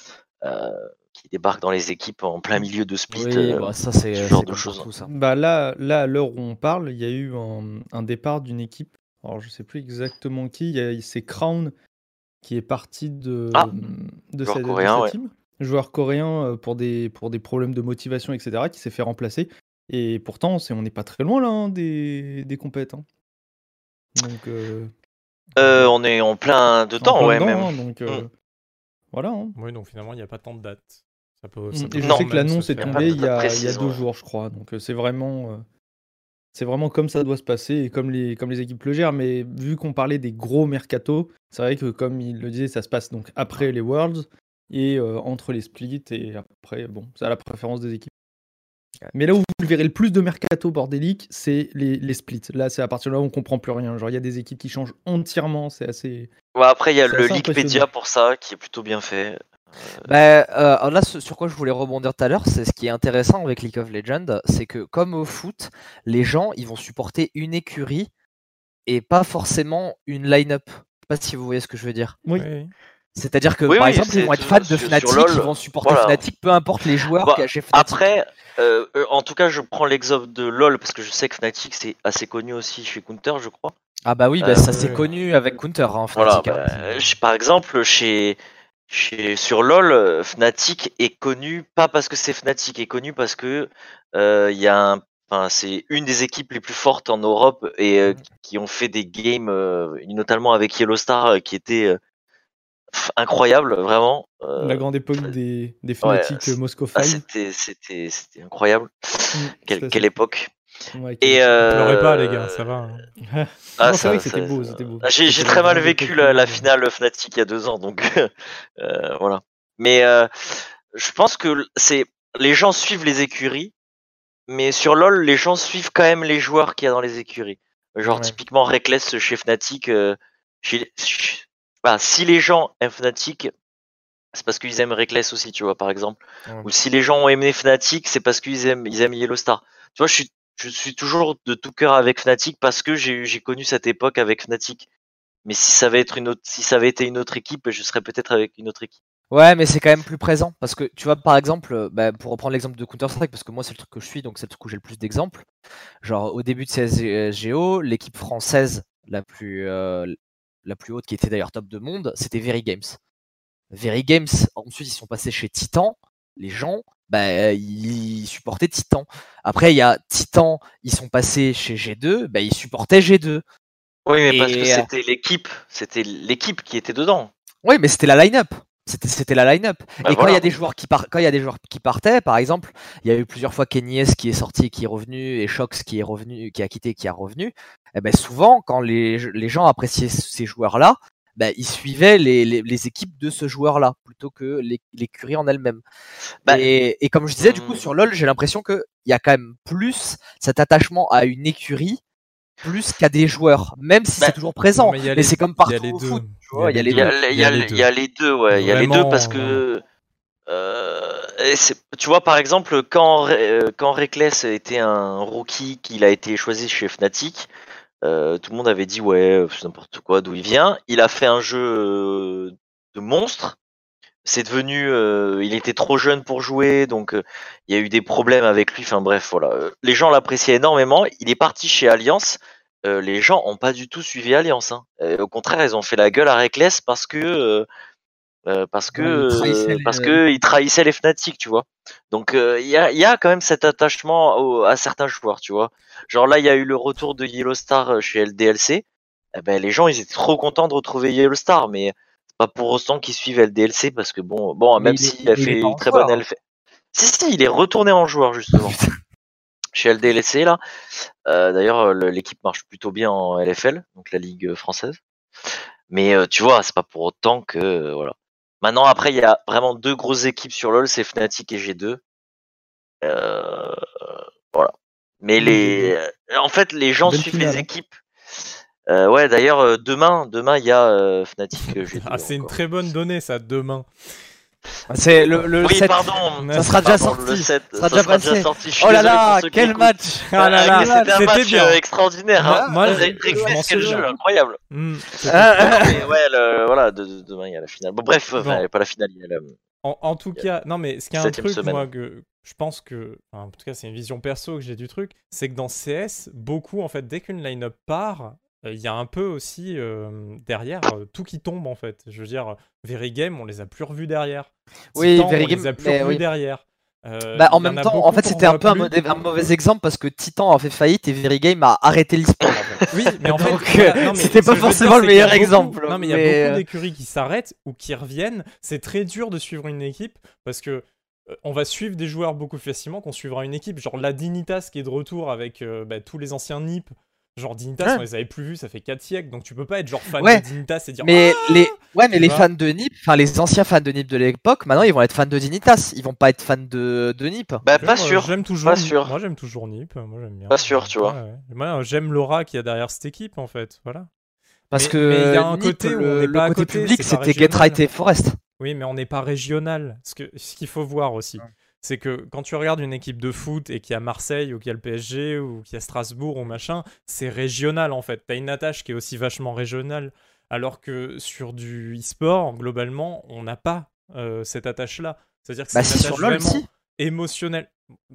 dans les équipes en plein milieu de split. Ça c'est ce genre de choses. Ça. Là, à l'heure où on parle, il y a eu un départ d'une équipe. Alors, je sais plus exactement qui. C'est Crown qui est parti de cette team. Joueur coréen pour des problèmes de motivation, etc., qui s'est fait remplacer. Et pourtant, on n'est pas très loin là des compètes. Hein. Donc, on est en plein dedans, ouais, même. Hein, donc, voilà. Hein. Oui, donc finalement, il n'y a pas tant de dates. Et je sais que l'annonce est tombée il y a 2 jours, je crois. Donc, c'est vraiment comme ça doit se passer et comme les équipes le gèrent. Mais vu qu'on parlait des gros mercato, c'est vrai que comme il le disait, ça se passe donc après les Worlds et entre les splits. Et après, c'est à la préférence des équipes. Mais là où vous verrez le plus de mercato bordélique, c'est les splits. Là, c'est à partir de là où on comprend plus rien. Genre, il y a des équipes qui changent entièrement. C'est assez. Ouais, après, il y a le Leaguepedia pour ça, qui est plutôt bien fait. Alors là, sur quoi je voulais rebondir tout à l'heure, c'est ce qui est intéressant avec League of Legends, c'est que comme au foot, les gens ils vont supporter une écurie et pas forcément une line-up. Je sais pas si vous voyez ce que je veux dire. Oui. C'est-à-dire que par exemple, ils vont être fans de Fnatic, ils vont supporter Fnatic, peu importe les joueurs chez Fnatic. Après, en tout cas, je prends l'exemple de LoL parce que je sais que Fnatic c'est assez connu aussi chez Counter, je crois. Ah bah oui, ça c'est connu avec Counter, hein, Fnatic. Par exemple, sur LoL, Fnatic est connu pas parce que c'est Fnatic, est connu parce que c'est une des équipes les plus fortes en Europe et qui ont fait des games, notamment avec Yellowstar, qui était incroyable, vraiment. La grande époque des Fnatic Moscow Five. C'était incroyable. Quelle époque. Ouais, et pleurez pas, les gars, ça va. Hein. C'est vrai que c'était beau. J'ai très mal vécu la finale Fnatic il y a 2 ans, donc voilà. Mais je pense que les gens suivent les écuries, mais sur LoL, les gens suivent quand même les joueurs qu'il y a dans les écuries. Genre typiquement Reckless chez Fnatic. Si les gens aiment Fnatic, c'est parce qu'ils aiment Reckless aussi, tu vois, par exemple. Ou si les gens ont aimé Fnatic, c'est parce qu'ils aiment Yellowstar. Tu vois, je suis toujours de tout cœur avec Fnatic parce que j'ai connu cette époque avec Fnatic. Mais si ça avait été une autre équipe, je serais peut-être avec une autre équipe. Ouais, mais c'est quand même plus présent parce que tu vois, par exemple, pour reprendre l'exemple de Counter-Strike, parce que moi c'est le truc que je suis, donc c'est le truc où j'ai le plus d'exemples. Genre au début de CSGO, l'équipe française la plus haute, qui était d'ailleurs top de monde, c'était Very Games. Very Games, ensuite ils sont passés chez Titan. Les gens, ils supportaient Titan. Après il y a Titan, ils sont passés chez G2, ils supportaient G2. Oui, mais parce que c'était l'équipe qui était dedans. Oui, mais c'était la line-up. C'était la line-up. Et quand il y a des joueurs qui partaient, par exemple, il y a eu plusieurs fois Kenny S qui est sorti et qui est revenu, et Shox qui est revenu, qui a quitté, qui est revenu. Souvent, quand les gens appréciaient ces joueurs-là, ils suivaient les équipes de ce joueur-là plutôt que l'écurie en elle-même. Et comme je disais, du coup, sur LoL, j'ai l'impression qu'il y a quand même plus cet attachement à une écurie plus qu'à des joueurs, même si c'est toujours présent. Mais c'est comme partout au foot. Il y a les deux, ouais. Il y a les deux parce que tu vois, par exemple, quand Reckless était un rookie, qu'il a été choisi chez Fnatic, tout le monde avait dit ouais, c'est n'importe quoi, d'où il vient. Il a fait un jeu de monstre. C'est devenu, il était trop jeune pour jouer, donc il y a eu des problèmes avec lui. Enfin bref, voilà. Les gens l'appréciaient énormément. Il est parti chez Alliance. Les gens ont pas du tout suivi Alliance. Hein. Au contraire, ils ont fait la gueule à Reckless parce que il trahissait les Fnatic, tu vois. Donc il y a quand même cet attachement à certains joueurs, tu vois. Genre là, il y a eu le retour de Yellowstar chez LDLC. Eh ben les gens, ils étaient trop contents de retrouver Yellowstar, mais c'est pas pour autant qu'ils suivent LDLC parce que bon, même s'il a fait une très bonne LF. Si, il est retourné en joueur justement. Chez LDLC là. D'ailleurs, l'équipe marche plutôt bien en LFL, donc la ligue française. Mais tu vois, c'est pas pour autant que voilà. Maintenant, après, il y a vraiment deux grosses équipes sur LoL, c'est Fnatic et G2. Voilà. Mais en fait, les gens suivent les équipes. Ouais, d'ailleurs, demain, il y a Fnatic G2. Ah, c'est une très bonne donnée, ça, demain. C'est le oui, 7. Pardon. Ça sera déjà sorti. Le 7, ça sera déjà sorti. Oh là là, quel match! Ah là là, c'était un match extraordinaire. Moi, quel jeu incroyable. Mais ouais, voilà, demain il y a la finale. Bon, bref, il n'y a pas la finale. Il y a en tout cas, non, mais ce qui est un truc, moi, que je pense que, en tout cas, c'est une vision perso que j'ai du truc, c'est que dans CS, beaucoup, en fait, dès qu'une line-up part, il y a un peu aussi derrière tout qui tombe, en fait. Je veux dire, Very Game, on les a plus revus derrière. Oui, Titan, Very on Game, les a plus revus derrière. En même temps, en fait, c'était un peu un mauvais exemple parce que Titan a fait faillite et Very Game a arrêté l'e-sport. En fait. Oui, mais en fait, donc, c'était pas forcément le meilleur exemple. Non, mais il y a beaucoup d'écuries qui s'arrêtent ou qui reviennent. C'est très dur de suivre une équipe parce que on va suivre des joueurs beaucoup plus facilement qu'on suivra une équipe. Genre la Dignitas qui est de retour avec tous les anciens NiP. Genre Dignitas, on les avait plus vus, ça fait 4 siècles, donc tu peux pas être genre fan de Dignitas et dire mais les fans de NiP, enfin les anciens fans de NiP de l'époque, maintenant ils vont être fans de Dignitas, ils vont pas être fans de NiP. Bah pas sûr. J'aime toujours. Moi j'aime toujours NiP, moi j'aime bien. Pas sûr, tu vois. Moi j'aime l'aura qu'il y a derrière cette équipe en fait, voilà. Parce que il y a un côté où on n'est pas à côté, public, c'était Get-Right et Forest. Oui, mais on n'est pas régional. Ce qu'il faut voir aussi. C'est que quand tu regardes une équipe de foot et qu'il y a Marseille ou qu'il y a le PSG ou qu'il y a Strasbourg ou machin, c'est régional en fait. T'as une attache qui est aussi vachement régionale, alors que sur du e-sport, globalement, on n'a pas cette attache-là. C'est-à-dire que c'est une attache vraiment émotionnelle.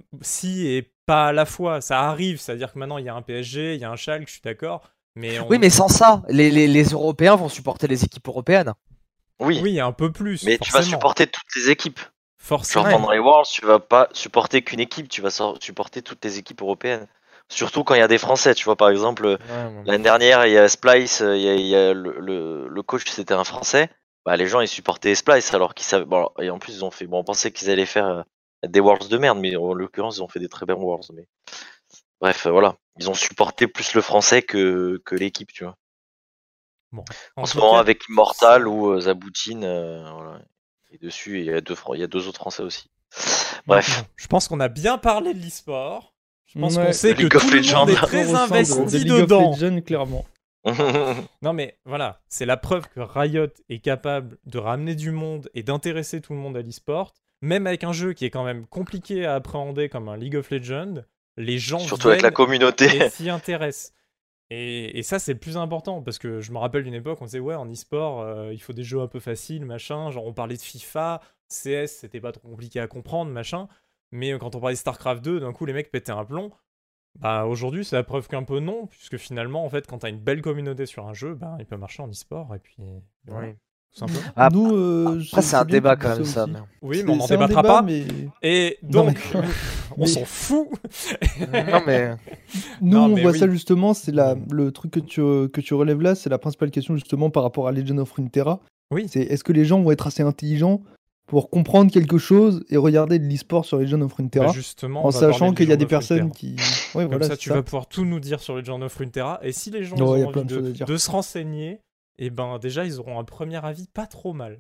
Si et pas à la fois, ça arrive. C'est-à-dire que maintenant il y a un PSG, il y a un Schalke, je suis d'accord. Mais oui, mais sans ça, les Européens vont supporter les équipes européennes. Oui, un peu plus. Mais forcément. Tu vas supporter toutes les équipes. Forcément. Genre pendant les Worlds, tu vas pas supporter qu'une équipe, tu vas supporter toutes les équipes européennes. Surtout quand il y a des Français, tu vois, par exemple, l'année dernière, il y a Splice, il y a le coach, c'était un Français. Bah, les gens, ils supportaient Splice alors qu'ils savaient. Bon, et en plus, ils ont fait. Bon, on pensait qu'ils allaient faire des Worlds de merde, mais en l'occurrence, ils ont fait des très bons Worlds. Mais... Bref, voilà. Ils ont supporté plus le Français que l'équipe, tu vois. Bon. En ce moment, avec Immortal ou Zaboutine, voilà. Et dessus, il y a deux autres Français aussi. Bref. Je pense qu'on a bien parlé de l'e-sport. Je pense qu'on sait que tout le monde est très investi dedans. League of Legends, clairement. Non mais voilà, c'est la preuve que Riot est capable de ramener du monde et d'intéresser tout le monde à l'e-sport. Même avec un jeu qui est quand même compliqué à appréhender comme un League of Legends, les gens surtout avec la communauté s'y intéressent. Et ça, c'est le plus important, parce que je me rappelle d'une époque, on disait, ouais, en e-sport, il faut des jeux un peu faciles, machin, genre on parlait de FIFA, CS, c'était pas trop compliqué à comprendre, machin, mais quand on parlait de StarCraft 2, d'un coup, les mecs pétaient un plomb. Bah, aujourd'hui, c'est la preuve qu'un peu non, puisque finalement, en fait, quand t'as une belle communauté sur un jeu, bah, il peut marcher en e-sport, et puis... Voilà. Tout simplement. Après, c'est un débat quand même, ça. Oui, mais on n'en débattra pas. Mais... Et donc, on s'en fout. Non, mais... Nous, on voit ça justement, c'est le truc que tu relèves là, c'est la principale question justement par rapport à Legend of Runeterra. Oui. C'est est-ce que les gens vont être assez intelligents pour comprendre quelque chose et regarder de l'e-sport sur Legend of Runeterra, justement, en sachant qu'il y a des personnes qui... Ouais, comme ça, tu vas pouvoir tout nous dire sur Legend of Runeterra. Et si les gens ont envie de se renseigner, et ben déjà ils auront un premier avis pas trop mal.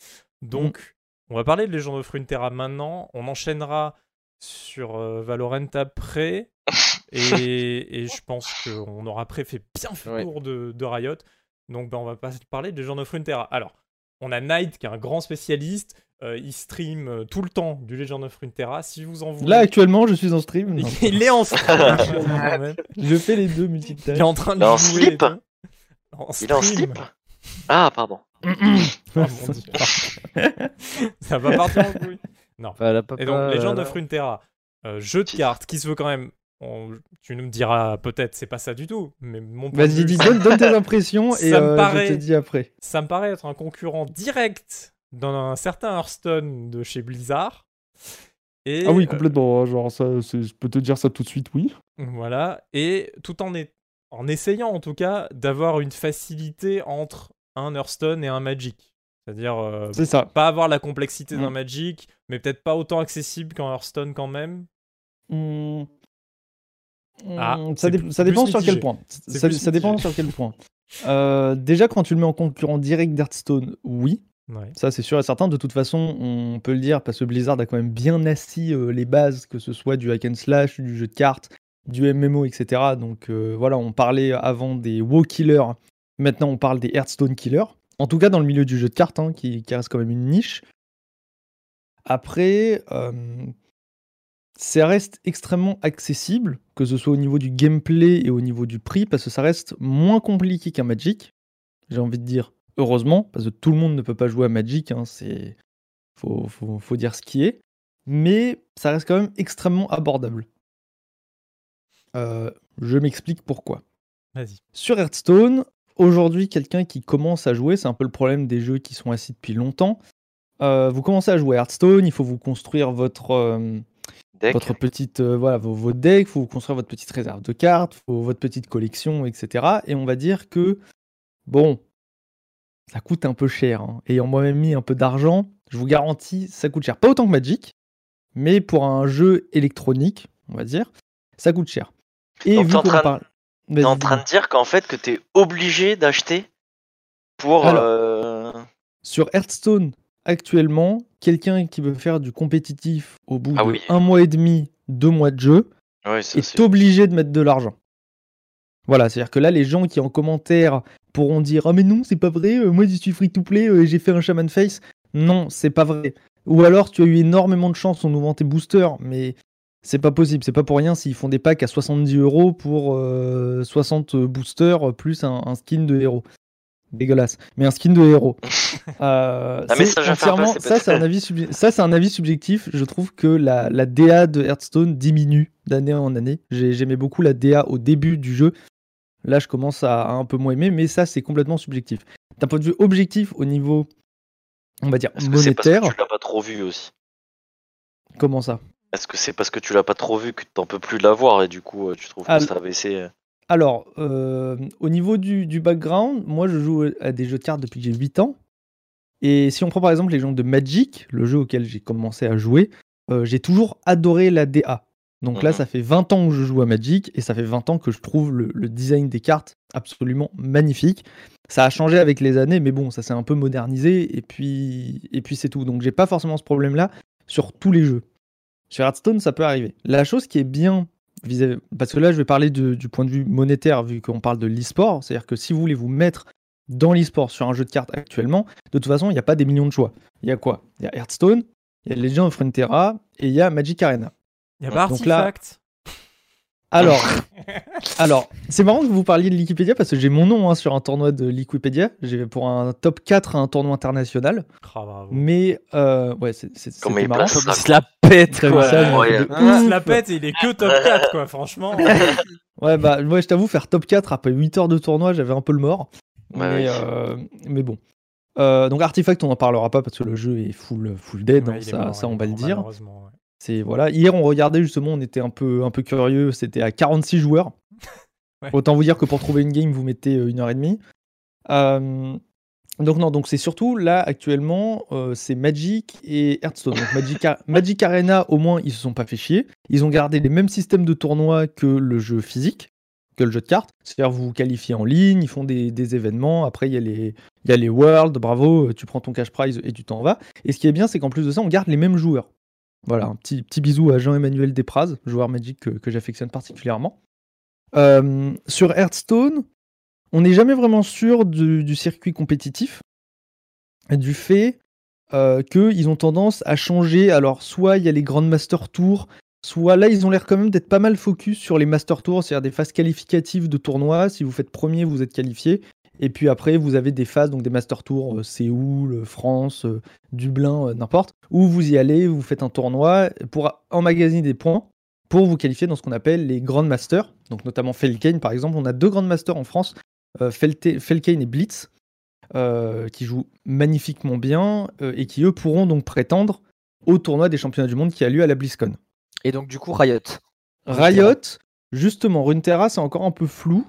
Donc on va parler de Legend of Runeterra maintenant, on enchaînera sur Valorant après Et je pense qu'on aura après fait bien le tour de Riot. Donc on va pas parler de Legend of Runeterra. Alors, on a Knight qui est un grand spécialiste. Il stream tout le temps du Legend of Runeterra. Si vous en voulez... Là, actuellement, je suis en stream. Non. Il est en stream. Je fais les deux multitâches. Il est en train de jouer. Slip. Il est en slip. Ah, pardon. Oh mon Dieu. Ça va partir en couille. Non. Et donc, Legend of Runeterra, jeu de cartes qui se veut quand même... tu nous diras peut-être c'est pas ça du tout, mais mon point Vas-y, donne tes impressions et je te dis après. Ça me paraît être un concurrent direct d'un certain Hearthstone de chez Blizzard. Et, ah oui, complètement. Genre, ça, je peux te dire ça tout de suite, oui. Voilà. Et tout en essayant en tout cas d'avoir une facilité entre un Hearthstone et un Magic. C'est-à-dire c'est ça. Pas avoir la complexité d'un Magic, mais peut-être pas autant accessible qu'un Hearthstone quand même. Ça dépend sur quel point. Ça dépend sur quel point. Déjà, quand tu le mets en concurrent direct d'Hearthstone, oui. Ouais. Ça, c'est sûr et certain. De toute façon, on peut le dire parce que Blizzard a quand même bien assis les bases, que ce soit du hack and slash, du jeu de cartes, du MMO, etc. Donc voilà, on parlait avant des WoW killers. Maintenant, on parle des Hearthstone killers. En tout cas, dans le milieu du jeu de cartes, qui reste quand même une niche. Après, ça reste extrêmement accessible, que ce soit au niveau du gameplay et au niveau du prix, parce que ça reste moins compliqué qu'un Magic. J'ai envie de dire heureusement, parce que tout le monde ne peut pas jouer à Magic, faut dire ce qui est. Mais ça reste quand même extrêmement abordable. Je m'explique pourquoi. Vas-y. Sur Hearthstone, aujourd'hui, quelqu'un qui commence à jouer, c'est un peu le problème des jeux qui sont assis depuis longtemps. Vous commencez à jouer à Hearthstone, il faut vous construire votre petite vos decks, il faut vous construire votre petite réserve de cartes, votre petite collection, etc. Et on va dire que bon, ça coûte un peu cher. Ayant moi-même mis un peu d'argent, je vous garantis, ça coûte cher. Pas autant que Magic, mais pour un jeu électronique, on va dire, ça coûte cher. Et donc vu qu'on parle, t'es en train de dire qu'en fait que t'es obligé d'acheter pour. Sur Hearthstone, actuellement, quelqu'un qui veut faire du compétitif au bout de 1 mois et demi, 2 mois de jeu, est obligé de mettre de l'argent. Voilà, c'est-à-dire que là, les gens qui en commentaire pourront dire « Ah mais non, c'est pas vrai, moi je suis free-to-play, j'ai fait un Shaman Face. » Non, c'est pas vrai. Ou alors, tu as eu énormément de chance en ouvrant tes boosters, mais c'est pas possible. C'est pas pour rien s'ils font des packs à 70 € pour 60 boosters plus un skin de héros. Dégueulasse. Mais un skin de héros. C'est un avis subjectif. Je trouve que la DA de Hearthstone diminue d'année en année. J'aimais beaucoup la DA au début du jeu. Là, je commence à un peu moins aimer, mais ça, c'est complètement subjectif. D'un point de vue objectif, au niveau, on va dire, monétaire... C'est parce que tu l'as pas trop vu aussi. Comment ça ? Est-ce que c'est parce que tu l'as pas trop vu que t'en peux plus l'avoir et du coup, tu trouves que ça a baissé Alors, au niveau du background, moi, je joue à des jeux de cartes depuis que j'ai 8 ans. Et si on prend par exemple l'exemple de Magic, le jeu auquel j'ai commencé à jouer, j'ai toujours adoré la DA. Donc là, ça fait 20 ans que je joue à Magic et ça fait 20 ans que je trouve le design des cartes absolument magnifique. Ça a changé avec les années, mais bon, ça s'est un peu modernisé et puis c'est tout. Donc j'ai pas forcément ce problème-là sur tous les jeux. Sur Hearthstone, ça peut arriver. La chose qui est bien, parce que là, je vais parler du point de vue monétaire, vu qu'on parle de l'e-sport, c'est-à-dire que si vous voulez vous mettre dans l'e-sport sur un jeu de cartes actuellement, de toute façon, il n'y a pas des millions de choix. Il y a quoi ? Il y a Hearthstone, il y a Legend of Runeterra et il y a Magic Arena. Il y a pas Artifact. Alors, c'est marrant que vous parliez de Wikipédia parce que j'ai mon nom sur un tournoi de Wikipédia. J'ai pour un top 4 à un tournoi international. Bravo. Mais c'est comme il marrant. Comme il se la pète, quoi. Il se la pète et il est que top 4, quoi, franchement. Ouais, bah, moi, je t'avoue, faire top 4 après 8 heures de tournoi, j'avais un peu le mort. Mais bon. Donc, Artifact, on n'en parlera pas parce que le jeu est full dead. Ça, on va le dire. Voilà. Hier, on regardait justement, on était un peu curieux. C'était à 46 joueurs. Ouais. Autant vous dire que pour trouver une game, vous mettez 1h30. Donc c'est surtout là actuellement, c'est Magic et Hearthstone. Donc Magic Arena, au moins, ils se sont pas fait chier. Ils ont gardé les mêmes systèmes de tournoi que le jeu physique, que le jeu de cartes. C'est-à-dire vous vous qualifiez en ligne, ils font des événements. Après, il y a les Worlds, bravo, tu prends ton cash prize et tu t'en vas. Et ce qui est bien, c'est qu'en plus de ça, on garde les mêmes joueurs. Voilà, un petit bisou à Jean-Emmanuel Despraz, joueur Magic que j'affectionne particulièrement. Sur Hearthstone, on n'est jamais vraiment sûr du circuit compétitif, du fait qu'ils ont tendance à changer. Alors, soit il y a les Grandmaster Tours, soit là, ils ont l'air quand même d'être pas mal focus sur les Master Tours, c'est-à-dire des phases qualificatives de tournois. Si vous faites premier, vous êtes qualifié. Et puis après, vous avez des phases, donc des Master Tours, Séoul, France, Dublin, n'importe, où vous y allez, vous faites un tournoi pour emmagasiner des points pour vous qualifier dans ce qu'on appelle les Grandmasters. Donc notamment Felkane, par exemple. On a 2 Grandmasters en France, Felkane et Blitz, qui jouent magnifiquement bien et qui, eux, pourront donc prétendre au tournoi des championnats du monde qui a lieu à la BlizzCon. Et donc, du coup, Riot, justement, Runeterra, c'est encore un peu flou.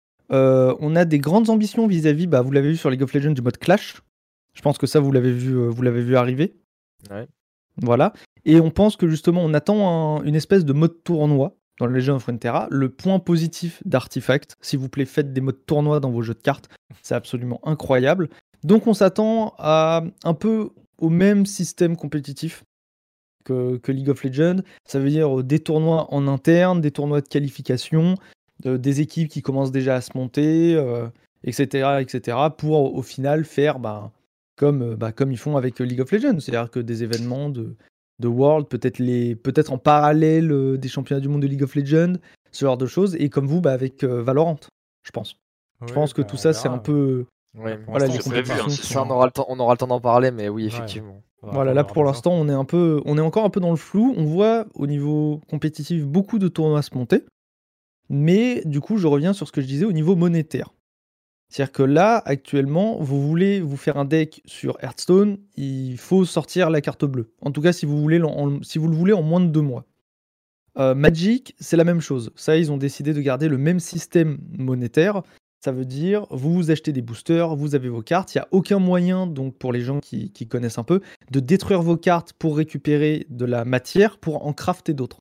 On a des grandes ambitions vis-à-vis, vous l'avez vu sur League of Legends, du mode Clash. Je pense que ça, vous l'avez vu arriver. Ouais. Voilà. Et on pense que justement, on attend une espèce de mode tournoi dans le Legend of Runeterra. Le point positif d'Artifact, s'il vous plaît, faites des modes tournois dans vos jeux de cartes. C'est absolument incroyable. Donc on s'attend à un peu au même système compétitif que League of Legends. Ça veut dire des tournois en interne, des tournois de qualification, des équipes qui commencent déjà à se monter, etc., pour au final faire comme ils font avec League of Legends. C'est-à-dire que des événements de World, peut-être en parallèle des championnats du monde de League of Legends, ce genre de choses, et comme vous, avec Valorant, je pense. Je pense que tout ça, c'est un peu... Ouais, voilà, les prévu, compétitions. ça, on aura le temps d'en parler, mais oui, effectivement. Voilà, là pour l'instant, on est encore un peu dans le flou. On voit au niveau compétitif beaucoup de tournois se monter, mais du coup, je reviens sur ce que je disais au niveau monétaire. C'est-à-dire que là, actuellement, vous voulez vous faire un deck sur Hearthstone, il faut sortir la carte bleue. En tout cas, si vous le voulez en moins de 2 mois. Magic, c'est la même chose. Ça, ils ont décidé de garder le même système monétaire. Ça veut dire, vous achetez des boosters, vous avez vos cartes. Il n'y a aucun moyen, donc pour les gens qui connaissent un peu, de détruire vos cartes pour récupérer de la matière pour en crafter d'autres.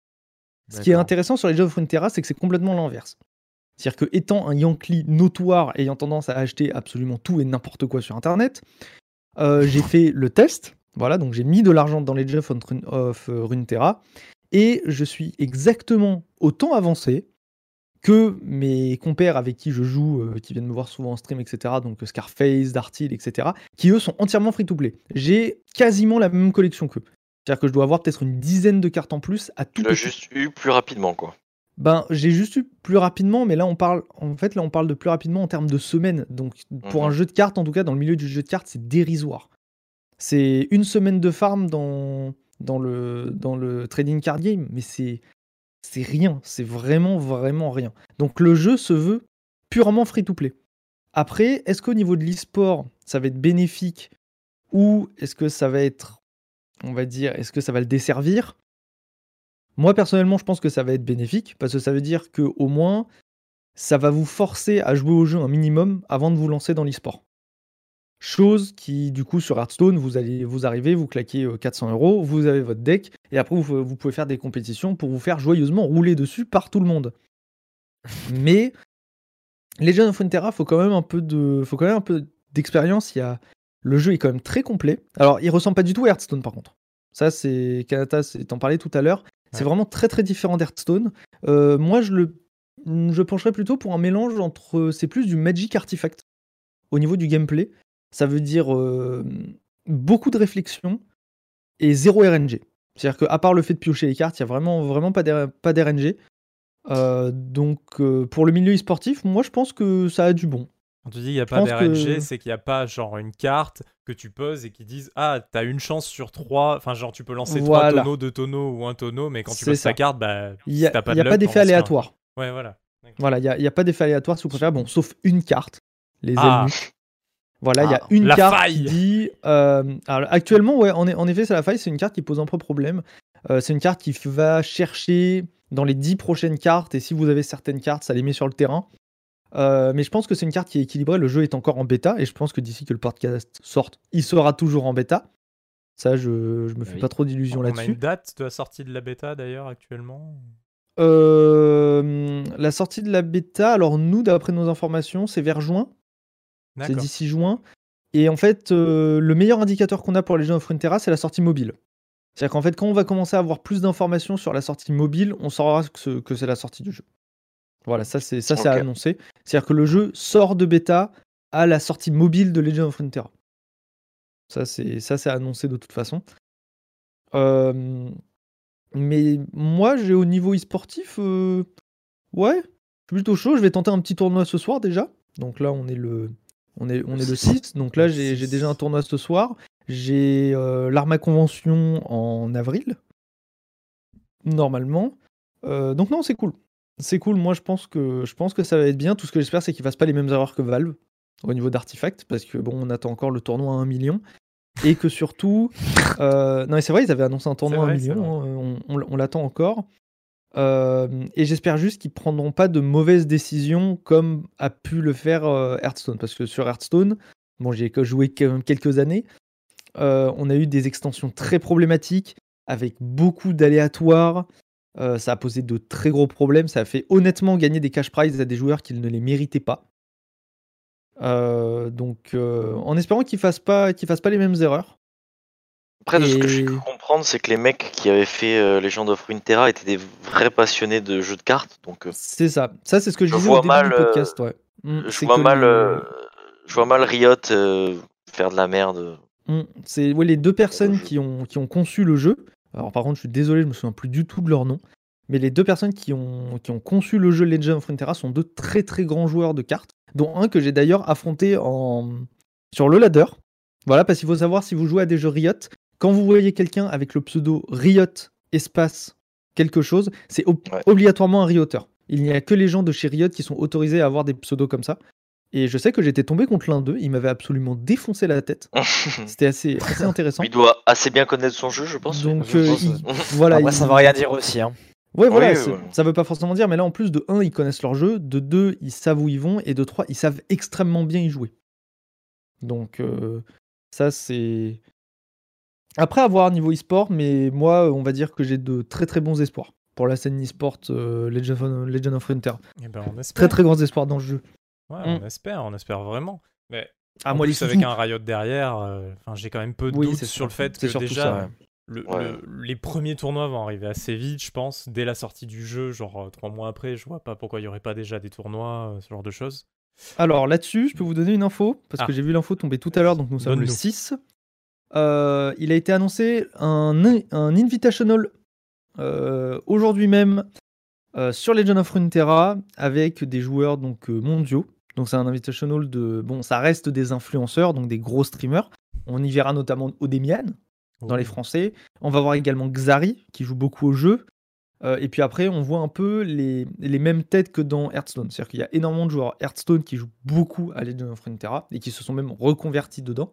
Ce qui est intéressant sur les jeux of Runeterra, c'est que c'est complètement l'inverse. C'est-à-dire que étant un Yankee notoire, ayant tendance à acheter absolument tout et n'importe quoi sur Internet, j'ai fait le test. Voilà, donc j'ai mis de l'argent dans les jeux of Runeterra et je suis exactement autant avancé que mes compères avec qui je joue, qui viennent me voir souvent en stream, etc. Donc Scarface, Dartil, etc. Qui eux sont entièrement free-to-play. J'ai quasiment la même collection qu'eux. C'est-à-dire que je dois avoir peut-être une dizaine de cartes en plus à tout. Tu l'as juste eu plus rapidement, quoi. J'ai juste eu plus rapidement, mais là on parle de plus rapidement en termes de semaines. Donc pour un jeu de cartes, en tout cas dans le milieu du jeu de cartes, c'est dérisoire. C'est une semaine de farm dans le trading card game, mais c'est rien, c'est vraiment rien. Donc le jeu se veut purement free-to-play. Après, est-ce qu'au niveau de l'e-sport, ça va être bénéfique ou est-ce que ça va être, on va dire, est-ce que ça va le desservir ? Moi, personnellement, je pense que ça va être bénéfique, parce que ça veut dire qu'au moins, ça va vous forcer à jouer au jeu un minimum avant de vous lancer dans l'e-sport. Chose qui, du coup, sur Hearthstone, vous arrivez, vous claquez 400 €, vous avez votre deck, et après, vous pouvez faire des compétitions pour vous faire joyeusement rouler dessus par tout le monde. Mais, Legend of Runeterra, faut quand même un peu d'expérience. Le jeu est quand même très complet. Alors, il ressemble pas du tout à Hearthstone, par contre. Ça, c'est... Kanata, t'en parlais tout à l'heure. C'est vraiment très très différent d'Hearthstone. Moi, je pencherais plutôt pour un mélange entre... C'est plus du Magic Artifact au niveau du gameplay. Ça veut dire beaucoup de réflexion et zéro RNG. C'est-à-dire qu'à part le fait de piocher les cartes, il n'y a vraiment pas d'RNG. Donc pour le milieu e-sportif, moi je pense que ça a du bon. Quand tu dis qu'il n'y a pas d'RNG, c'est qu'il n'y a pas genre une carte que tu poses et qui disent « Ah, t'as une chance sur 3 », enfin genre tu peux lancer 3 tonneaux, 2 tonneaux ou 1 tonneau, mais quand tu poses ta carte, si t'as pas de luck... Il n'y a pas d'effet aléatoire. Ouais, voilà. Voilà, il n'y a pas d'effet aléatoire si vous préférez, sauf une carte, les ennemis. Voilà, il y a une carte faille. Qui dit... alors, actuellement, ouais, en effet, c'est la faille, c'est une carte qui pose un peu problème. C'est une carte qui va chercher dans les 10 prochaines cartes, et si vous avez certaines cartes, ça les met sur le terrain. Mais je pense que c'est une carte qui est équilibrée. Le jeu est encore en bêta et je pense que d'ici que le podcast sorte, il sera toujours en bêta. Ça, je me fais pas trop d'illusions là-dessus. On a une date de la sortie de la bêta d'ailleurs actuellement ? La sortie de la bêta, alors nous, d'après nos informations, c'est vers juin. D'accord. C'est d'ici juin. Et en fait, le meilleur indicateur qu'on a pour les jeux of Runeterra, c'est la sortie mobile. C'est-à-dire qu'en fait, quand on va commencer à avoir plus d'informations sur la sortie mobile, on saura que c'est la sortie du jeu. Voilà, ça c'est annoncé. C'est-à-dire que le jeu sort de bêta à la sortie mobile de Legend of Runeterra. Ça c'est annoncé de toute façon. Mais moi, j'ai au niveau e-sportif, ouais, je suis plutôt chaud. Je vais tenter un petit tournoi ce soir déjà. Donc là, on est le 6. Donc là, j'ai déjà un tournoi ce soir. J'ai l'Arma Convention en avril, normalement. Donc non, c'est cool. C'est cool. Moi, je pense que ça va être bien. Tout ce que j'espère, c'est qu'ils fassent pas les mêmes erreurs que Valve au niveau d'artefacts, parce que bon, on attend encore le tournoi à 1 million. Et que surtout, non mais c'est vrai, ils avaient annoncé un tournoi à 1 million, on l'attend encore. Et j'espère juste qu'ils prendront pas de mauvaises décisions comme a pu le faire Hearthstone, parce que sur Hearthstone, bon, j'ai joué quand même quelques années, on a eu des extensions très problématiques avec beaucoup d'aléatoires. Ça a posé de très gros problèmes. Ça a fait honnêtement gagner des cash prizes à des joueurs qui ne les méritaient pas. Donc en espérant qu'ils fassent pas les mêmes erreurs. Après, de ce que j'ai cru comprendre, c'est que les mecs qui avaient fait Legend of Runeterra étaient des vrais passionnés de jeux de cartes. Donc c'est ça. Ça, c'est ce que je disais au début du podcast. Ouais. Je vois mal Riot faire de la merde. C'est les deux personnes qui ont conçu le jeu. Alors par contre, je suis désolé, je me souviens plus du tout de leur nom. Mais les deux personnes qui ont conçu le jeu Legend of Runeterra sont deux très très grands joueurs de cartes, dont un que j'ai d'ailleurs affronté sur le ladder. Voilà, parce qu'il faut savoir, si vous jouez à des jeux Riot, quand vous voyez quelqu'un avec le pseudo Riot espace quelque chose, c'est obligatoirement un Rioteur. Il n'y a que les gens de chez Riot qui sont autorisés à avoir des pseudos comme ça. Et je sais que j'étais tombé contre l'un d'eux, il m'avait absolument défoncé la tête. C'était assez intéressant. Il doit assez bien connaître son jeu, je pense. Donc voilà. Moi, ça veut rien dire aussi. Hein. Ouais, voilà, ça veut pas forcément dire, mais là, en plus, de 1, ils connaissent leur jeu, de 2, ils savent où ils vont, et de 3, ils savent extrêmement bien y jouer. Donc, ça, c'est... Après, à voir niveau e-sport, mais moi, on va dire que j'ai de très très bons espoirs pour la scène e-sport Legend of Runeterra. Eh ben, on espère. Très très grands espoirs dans le jeu. Ouais, on espère vraiment. Mais moi, plus, avec un Riot derrière, j'ai quand même peu de doutes sur le fait que déjà... Ça, les premiers tournois vont arriver assez vite, je pense, dès la sortie du jeu, genre 3 mois après. Je vois pas pourquoi il y aurait pas déjà des tournois, ce genre de choses. Alors là-dessus, je peux vous donner une info, parce que j'ai vu l'info tomber tout à l'heure, donc nous sommes le 6. Il a été annoncé un Invitational aujourd'hui même sur Legend of Runeterra avec des joueurs donc mondiaux. Donc c'est un Invitational ça reste des influenceurs, donc des gros streamers. On y verra notamment Odemian dans les Français. On va voir également Xari, qui joue beaucoup au jeu. Et puis après, on voit un peu les mêmes têtes que dans Hearthstone. C'est-à-dire qu'il y a énormément de joueurs Hearthstone qui jouent beaucoup à Legend of Runeterra et qui se sont même reconvertis dedans.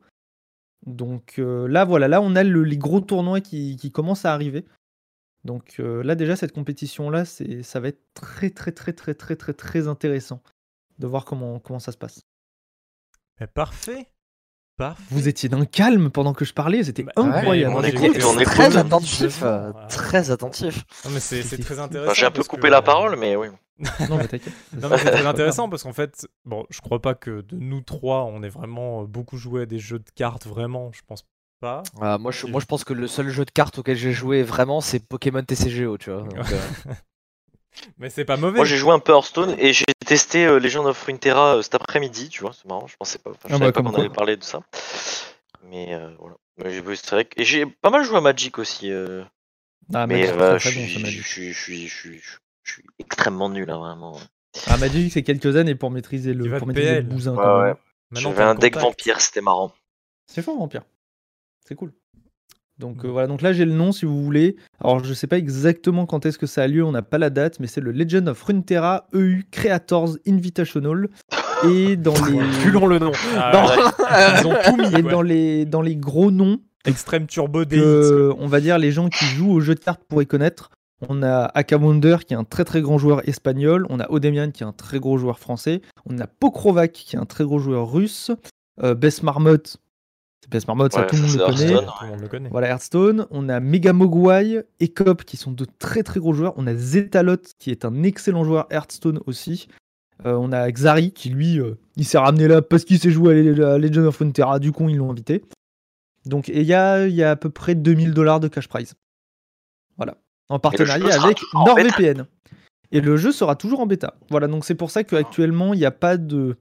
Donc là, on a les gros tournois qui commencent à arriver. Donc là, déjà, cette compétition-là, ça va être très, très, très, très, très, très, très intéressant de voir comment ça se passe. Mais parfait. Vous étiez d'un calme pendant que je parlais, c'était incroyable. On est très attentif, très attentif. Non, mais c'est très intéressant. J'ai un peu coupé la parole, mais oui. Non, mais t'inquiète. Non, mais c'est très intéressant parce qu'en fait, bon, je crois pas que de nous trois, on ait vraiment beaucoup joué à des jeux de cartes, vraiment, je pense pas. Moi, je pense que le seul jeu de cartes auquel j'ai joué vraiment, c'est Pokémon TCGO, tu vois. Donc, mais c'est pas mauvais. Moi, j'ai joué un peu Hearthstone et j'ai testé Legend of Runeterra cet après-midi, tu vois, c'est marrant, je pensais pas. Je savais pas qu'on allait parler de ça. Mais voilà. C'est vrai et j'ai pas mal joué à Magic aussi. Mais je suis extrêmement nul, là, vraiment. Magic, c'est quelques années pour maîtriser le bousin. Ouais. J'avais un deck vampire, c'était marrant. C'est fort, vampire. C'est cool. Donc voilà, donc là j'ai le nom si vous voulez. Alors je sais pas exactement quand est-ce que ça a lieu, on n'a pas la date, mais c'est le Legend of Runeterra EU Creators Invitational. Et dans les... Plus long le nom. Ils ont tout mis. Et dans les gros noms, Extreme Turbo DX. On va dire les gens qui jouent aux jeux de cartes pourraient connaître. On a Akawonder qui est un très très grand joueur espagnol. On a Odemian qui est un très gros joueur français. On a Pokrovac qui est un très gros joueur russe. Bess Marmotte. Bess Marmotte, ça tout le monde le connaît. Voilà, Hearthstone. On a Mega Mogwai, Ekop qui sont de très très gros joueurs. On a Zetalot qui est un excellent joueur Hearthstone aussi. On a Xari qui lui, il s'est ramené là parce qu'il s'est joué à Legend of Runeterra. Du coup, ils l'ont invité. Donc, il y a à peu près $2000 de cash prize. Voilà. En partenariat avec NordVPN. Et le jeu sera toujours en bêta. Voilà, donc c'est pour ça qu'actuellement, il n'y a pas de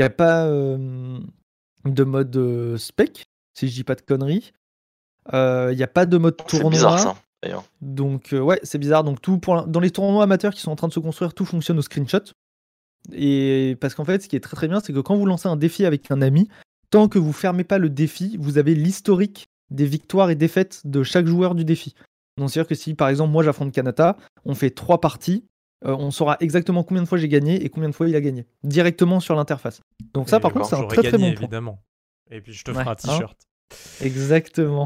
mode spec, si je dis pas de conneries. Il n'y a pas de mode tournoi. C'est bizarre ça, d'ailleurs. Donc, ouais, c'est bizarre. Donc, dans les tournois amateurs qui sont en train de se construire, tout fonctionne au screenshot. Et parce qu'en fait, ce qui est très très bien, c'est que quand vous lancez un défi avec un ami, tant que vous fermez pas le défi, vous avez l'historique des victoires et défaites de chaque joueur du défi. Donc, c'est-à-dire que si, par exemple, moi j'affronte Kanata, on fait 3 parties, on saura exactement combien de fois j'ai gagné et combien de fois il a gagné, directement sur l'interface. Donc ça, par contre, c'est un très très bon point. Évidemment. Et puis je te ferai un t-shirt. Exactement.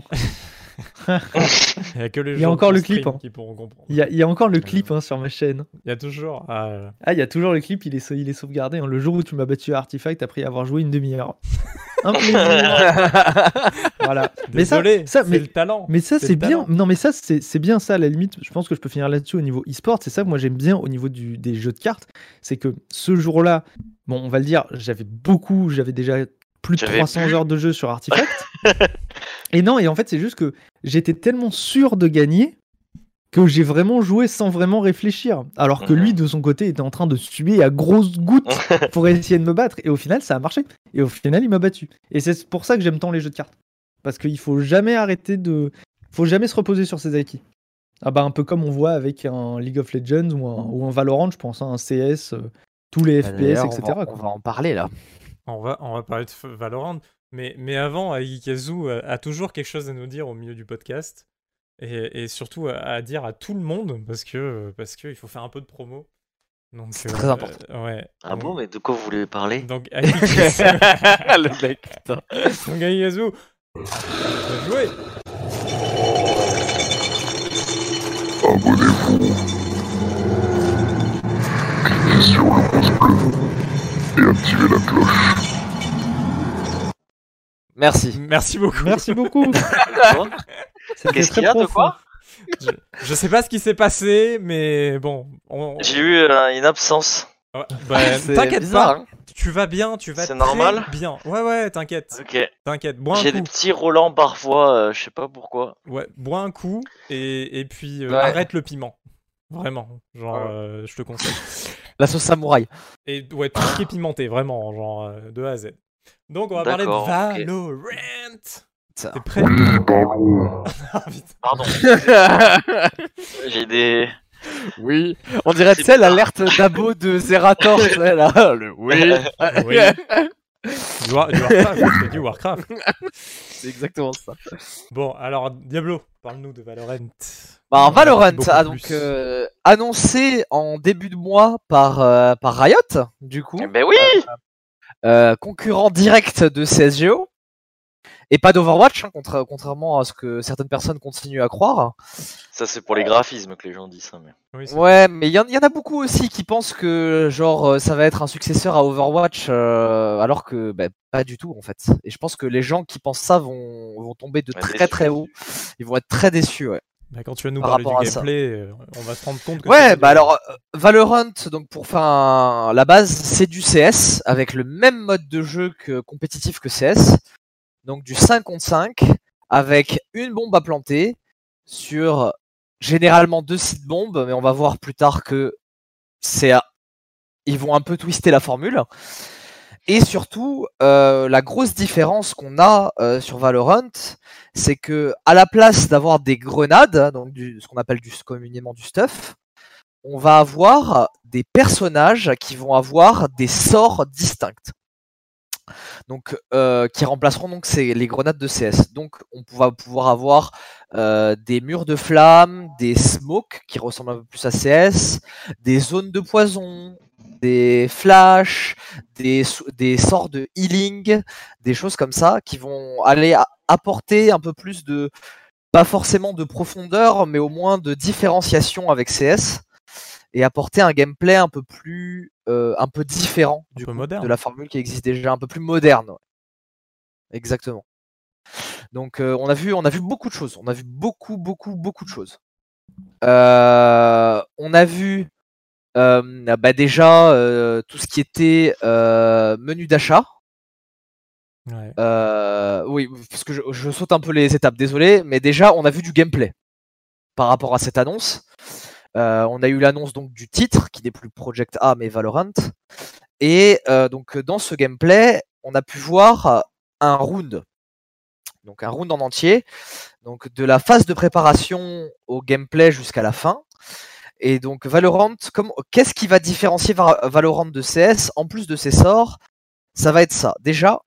Il y a encore le clip qui pourront comprendre. Il y a encore le clip sur ma chaîne. Il y a toujours. Il y a toujours le clip, il est sauvegardé. Le jour où tu m'as battu à Artifact après avoir joué une demi-heure. Un plaisir. Voilà. Désolé, mais le talent. Mais ça, c'est bien. Non, mais ça, c'est bien ça, à la limite. Je pense que je peux finir là-dessus au niveau e-sport. C'est ça que moi j'aime bien au niveau des jeux de cartes. C'est que ce jour-là, bon, on va le dire, j'avais déjà plus de 300 heures de jeu sur Artifact. Et en fait, c'est juste que j'étais tellement sûr de gagner que j'ai vraiment joué sans vraiment réfléchir. Alors que lui, de son côté, était en train de suer à grosses gouttes pour essayer de me battre. Et au final, ça a marché. Et au final, il m'a battu. Et c'est pour ça que j'aime tant les jeux de cartes. Parce qu'il faut jamais faut jamais se reposer sur ses acquis. Un peu comme on voit avec un League of Legends ou un Valorant, je pense, un CS, tous les FPS, etc. On va en parler là. On va parler de Valorant. Mais avant, Agikazu a toujours quelque chose à nous dire au milieu du podcast. Et surtout à dire à tout le monde, parce que il faut faire un peu de promo. Donc, c'est très important. Ouais. Ah bon, mais de quoi vous voulez parler? Donc, le mec, putain. Donc, Agikazu, jouez. Abonnez-vous. Cliquez sur le pouce bleu et activez la cloche. Merci beaucoup. Merci beaucoup. Qu'est-ce qu'il y a de quoi? Je sais pas ce qui s'est passé, mais bon. J'ai eu une absence. T'inquiète pas. Hein. Tu vas bien, C'est normal. Bien. Ouais, t'inquiète. Ok. T'inquiète. Bois un coup. J'ai des petits relents parfois, je sais pas pourquoi. Ouais, bois un coup et puis arrête le piment. Vraiment, genre, je te conseille. La sauce samouraï. Et ouais, tout ce qui est pimenté, vraiment, genre de A à Z. Donc on va parler de Valorant. T'es prêt? Pardon. J'ai des... Oui, on dirait l'alerte d'abo de Zerator. Oui. Du Warcraft. C'est exactement ça. Bon, alors Diablo, parle-nous de Valorant. Valorant a donc annoncé en début de mois par Riot, du coup. Ben oui. Concurrent direct de CSGO. Et pas d'Overwatch, hein, contrairement à ce que certaines personnes continuent à croire. Ça, c'est pour les graphismes que les gens disent ça. Mais... Ouais, mais il y en a beaucoup aussi qui pensent que genre ça va être un successeur à Overwatch, alors que pas du tout en fait. Et je pense que les gens qui pensent ça vont tomber de très très haut. Ils vont être très déçus, ouais. Quand tu vas nous parler du gameplay, on va se rendre compte que... Ouais, alors, Valorant, donc pour faire la base, c'est du CS, avec le même mode de jeu compétitif que CS. Donc du 5 contre 5, avec une bombe à planter, sur généralement 2 sites bombes, mais on va voir plus tard que ils vont un peu twister la formule. Et surtout, la grosse différence qu'on a sur Valorant, c'est que à la place d'avoir des grenades, donc ce qu'on appelle communément du stuff, on va avoir des personnages qui vont avoir des sorts distincts. Donc, qui remplaceront donc les grenades de CS. Donc, on va pouvoir avoir des murs de flammes, des smokes qui ressemblent un peu plus à CS, des zones de poison, des flashs, des sorts de healing, des choses comme ça qui vont aller apporter un peu plus de, pas forcément de profondeur, mais au moins de différenciation avec CS et apporter un gameplay un peu plus, un peu différent de la formule qui existe déjà, un peu plus moderne. Ouais. Exactement. Donc on a vu beaucoup de choses. On a vu beaucoup de choses. On a vu déjà tout ce qui était menu d'achat. Ouais. Oui, parce que je saute un peu les étapes, désolé, mais déjà on a vu du gameplay par rapport à cette annonce. On a eu l'annonce donc du titre qui n'est plus Project A mais Valorant, et donc dans ce gameplay on a pu voir un round, donc un round en entier, donc de la phase de préparation au gameplay jusqu'à la fin. Et donc Valorant, qu'est-ce qui va différencier Valorant de CS en plus de ses sorts? Ça va être ça. Déjà,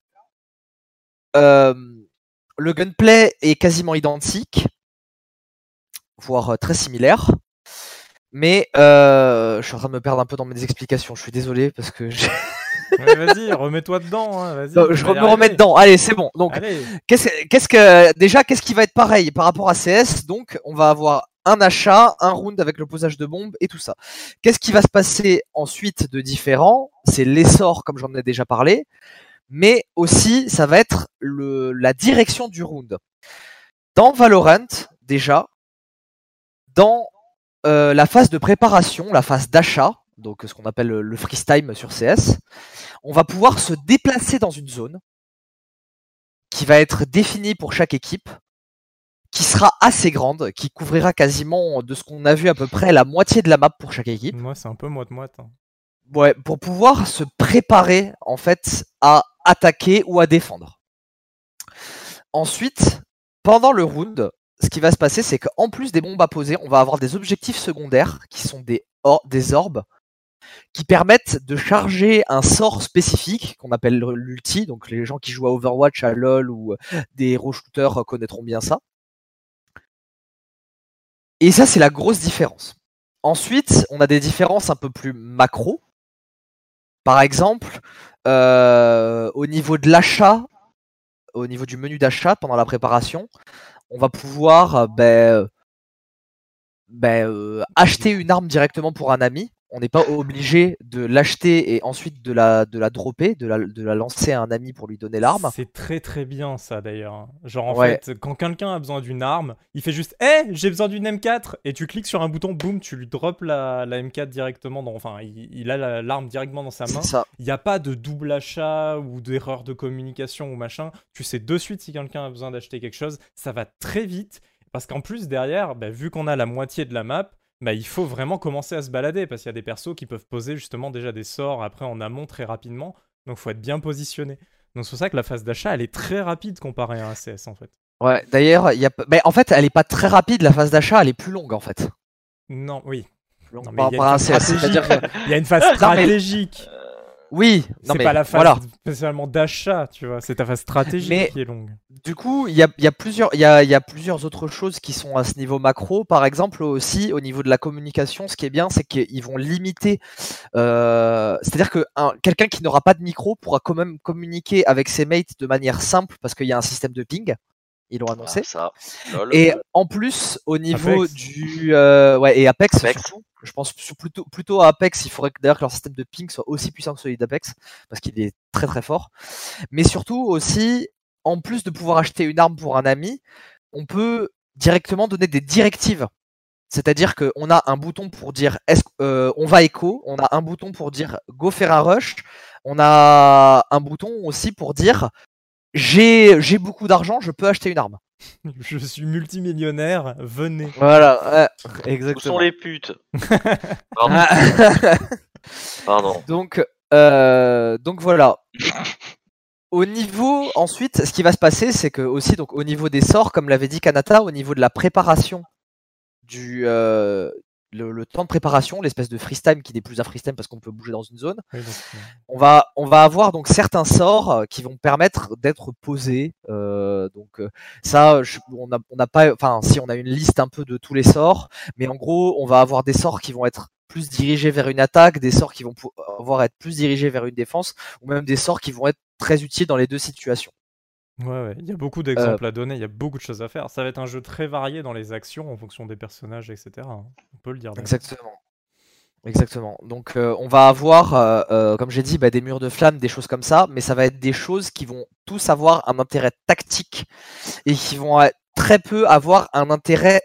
le gunplay est quasiment identique, voire très similaire. Mais je suis en train de me perdre un peu dans mes explications. Je suis désolé parce que Ouais, vas-y, remets-toi dedans. Hein, vas-y, je me remets dedans. Allez, c'est bon. Donc, qu'est-ce qui va être pareil par rapport à CS? Donc, on va avoir un achat, un round avec le posage de bombes et tout ça. Qu'est-ce qui va se passer ensuite de différent? C'est l'essor, comme j'en ai déjà parlé, mais aussi ça va être la direction du round. Dans Valorant, déjà, dans la phase de préparation, la phase d'achat, donc ce qu'on appelle le freeze time sur CS, on va pouvoir se déplacer dans une zone qui va être définie pour chaque équipe, qui sera assez grande, qui couvrira quasiment, de ce qu'on a vu, à peu près la moitié de la map pour chaque équipe. Moi, c'est un peu moite-moite. Hein. Ouais, pour pouvoir se préparer en fait à attaquer ou à défendre. Ensuite, pendant le round, ce qui va se passer, c'est qu'en plus des bombes à poser, on va avoir des objectifs secondaires qui sont des orbes qui permettent de charger un sort spécifique qu'on appelle l'ulti. Donc les gens qui jouent à Overwatch, à LoL ou des hero shooters connaîtront bien ça. Et ça, c'est la grosse différence. Ensuite, on a des différences un peu plus macro. Par exemple, au niveau de l'achat, au niveau du menu d'achat pendant la préparation, on va pouvoir acheter une arme directement pour un ami. On n'est pas obligé de l'acheter et ensuite de la dropper, de la lancer à un ami pour lui donner l'arme. C'est très très bien ça d'ailleurs. Genre en fait, quand quelqu'un a besoin d'une arme, il fait juste « Hey, j'ai besoin d'une M4 !» et tu cliques sur un bouton, boum, tu lui drops la M4 directement. Enfin, il a l'arme directement dans sa main. Il n'y a pas de double achat ou d'erreur de communication ou machin. Tu sais de suite si quelqu'un a besoin d'acheter quelque chose. Ça va très vite parce qu'en plus derrière, vu qu'on a la moitié de la map, il faut vraiment commencer à se balader parce qu'il y a des persos qui peuvent poser justement déjà des sorts après en amont très rapidement. Donc il faut être bien positionné. Donc c'est pour ça que la phase d'achat, elle est très rapide comparée à un CS en fait. Ouais, d'ailleurs, en fait, elle est pas très rapide, la phase d'achat, elle est plus longue en fait. Non, oui. Non, mais il y a une phase stratégique. Oui, c'est pas la phase spécialement d'achat, tu vois, c'est ta phase stratégique qui est longue. Du coup, il y a plusieurs autres choses qui sont à ce niveau macro. Par exemple, aussi au niveau de la communication, ce qui est bien, c'est qu'ils vont limiter. C'est-à-dire que quelqu'un qui n'aura pas de micro pourra quand même communiquer avec ses mates de manière simple parce qu'il y a un système de ping. Ils l'ont annoncé. Et en plus, au niveau du et Apex. Surtout, je pense plutôt à Apex. Il faudrait d'ailleurs que leur système de ping soit aussi puissant que celui d'Apex parce qu'il est très très fort. Mais surtout aussi, en plus de pouvoir acheter une arme pour un ami, on peut directement donner des directives. C'est-à-dire qu'on a un bouton pour dire on va écho, on a un bouton pour dire go faire un rush, on a un bouton aussi pour dire j'ai beaucoup d'argent, je peux acheter une arme. Je suis multimillionnaire, venez. Voilà, exactement. Où sont les putes? Pardon. Donc voilà. Au niveau, ensuite, ce qui va se passer, c'est que aussi, donc, au niveau des sorts, comme l'avait dit Kanata, au niveau de la préparation du le temps de préparation, l'espèce de freeze time qui n'est plus un freeze time parce qu'on peut bouger dans une zone. Oui, on va avoir donc certains sorts qui vont permettre d'être posés. Ça, on n'a pas, enfin si on a une liste un peu de tous les sorts, mais en gros, on va avoir des sorts qui vont être plus dirigés vers une attaque, des sorts qui vont pouvoir être plus dirigés vers une défense, ou même des sorts qui vont être très utiles dans les deux situations. Ouais, il y a beaucoup d'exemples à donner, il y a beaucoup de choses à faire. Ça va être un jeu très varié dans les actions en fonction des personnages, etc. On peut le dire. Exactement. Donc on va avoir, comme j'ai dit, des murs de flammes, des choses comme ça, mais ça va être des choses qui vont tous avoir un intérêt tactique et qui vont très peu avoir un intérêt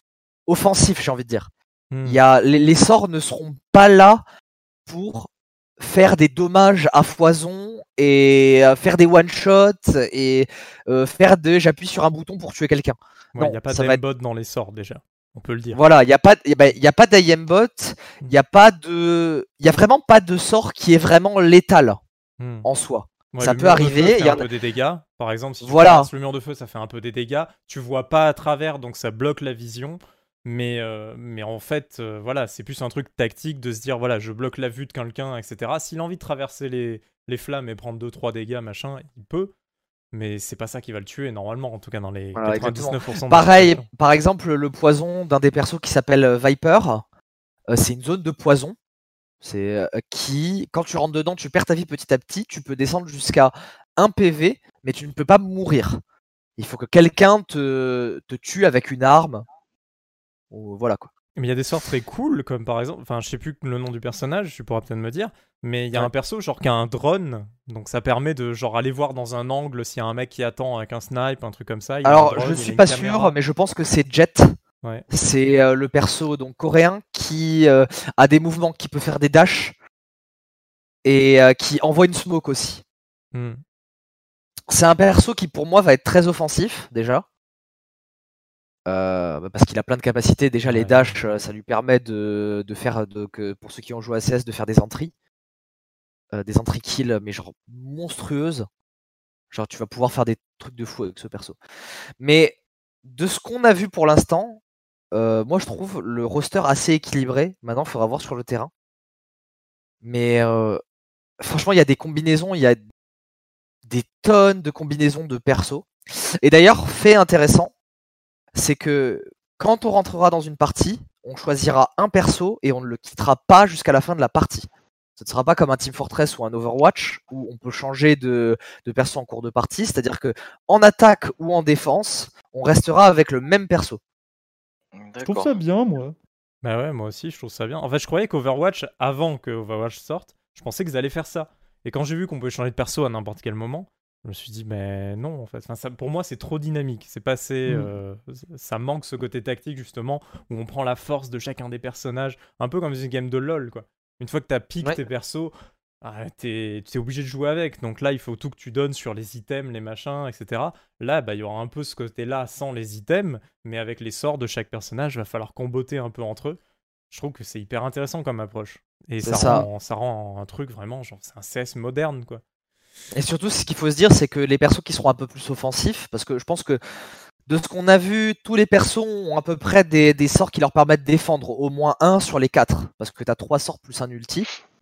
offensif, j'ai envie de dire. Il y a, les sorts ne seront pas là pour faire des dommages à foison et faire des one-shots et faire de j'appuie sur un bouton pour tuer quelqu'un. Ouais, il n'y a pas d'aimbot dans les sorts déjà, on peut le dire. Voilà, il n'y a pas d'aimbot, il y a vraiment pas de sort qui est vraiment létal en soi. Ouais, ça peut arriver. Il y a un peu des dégâts. Par exemple, si tu passes le mur de feu, ça fait un peu des dégâts. Tu vois pas à travers, donc ça bloque la vision. Mais en fait, voilà, c'est plus un truc tactique de se dire, voilà, je bloque la vue de quelqu'un, etc. S'il a envie de traverser les flammes et prendre 2-3 dégâts, machin, il peut. Mais c'est pas ça qui va le tuer, normalement, en tout cas dans les 99% Pareil, par exemple, le poison d'un des persos qui s'appelle Viper, c'est une zone de poison. C'est qui, quand tu rentres dedans, tu perds ta vie petit à petit, tu peux descendre jusqu'à 1 PV, mais tu ne peux pas mourir. Il faut que quelqu'un te tue avec une arme. Voilà quoi. Mais il y a des sorts très cool, comme par exemple, enfin je sais plus le nom du personnage, tu pourras peut-être me dire, mais il y a un perso genre qui a un drone, donc ça permet de genre aller voir dans un angle s'il y a un mec qui attend avec un snipe, un truc comme ça. Alors je suis pas sûr, mais je pense que c'est Jet. Ouais. C'est le perso donc coréen qui a des mouvements, qui peut faire des dashs et qui envoie une smoke aussi. C'est un perso qui pour moi va être très offensif déjà. Parce qu'il a plein de capacités. Déjà les dashs, ça lui permet de faire, pour ceux qui ont joué à CS, de faire des entries. Des entry kills, mais genre monstrueuses. Genre tu vas pouvoir faire des trucs de fou avec ce perso. Mais de ce qu'on a vu pour l'instant, moi je trouve le roster assez équilibré. Maintenant il faudra voir sur le terrain. Mais franchement il y a des combinaisons, il y a des tonnes de combinaisons de persos. Et d'ailleurs, fait intéressant, c'est que quand on rentrera dans une partie, on choisira un perso et on ne le quittera pas jusqu'à la fin de la partie. Ce ne sera pas comme un Team Fortress ou un Overwatch où on peut changer de perso en cours de partie, c'est-à-dire que en attaque ou en défense, on restera avec le même perso. Je trouve ça bien, moi. Bah ouais, moi aussi, je trouve ça bien. En fait, je croyais qu'Overwatch, avant que Overwatch sorte, je pensais qu'ils allaient faire ça. Et quand j'ai vu qu'on pouvait changer de perso à n'importe quel moment, je me suis dit, mais non, en fait. Enfin, ça, pour moi, c'est trop dynamique. C'est pas assez. Ça manque ce côté tactique, justement, où on prend la force de chacun des personnages. Un peu comme une game de LoL, quoi. Une fois que t'as piqué tes persos, t'es obligé de jouer avec. Donc là, il faut tout que tu donnes sur les items, les machins, etc. Là, bah, il y aura un peu ce côté-là sans les items, mais avec les sorts de chaque personnage, il va falloir comboter un peu entre eux. Je trouve que c'est hyper intéressant comme approche. Et ça rend un truc vraiment, genre, c'est un CS moderne, quoi. Et surtout, ce qu'il faut se dire, c'est que les persos qui seront un peu plus offensifs, parce que je pense que de ce qu'on a vu, tous les persos ont à peu près des sorts qui leur permettent de défendre au moins 1 sur les 4, parce que tu as 3 sorts plus un ulti.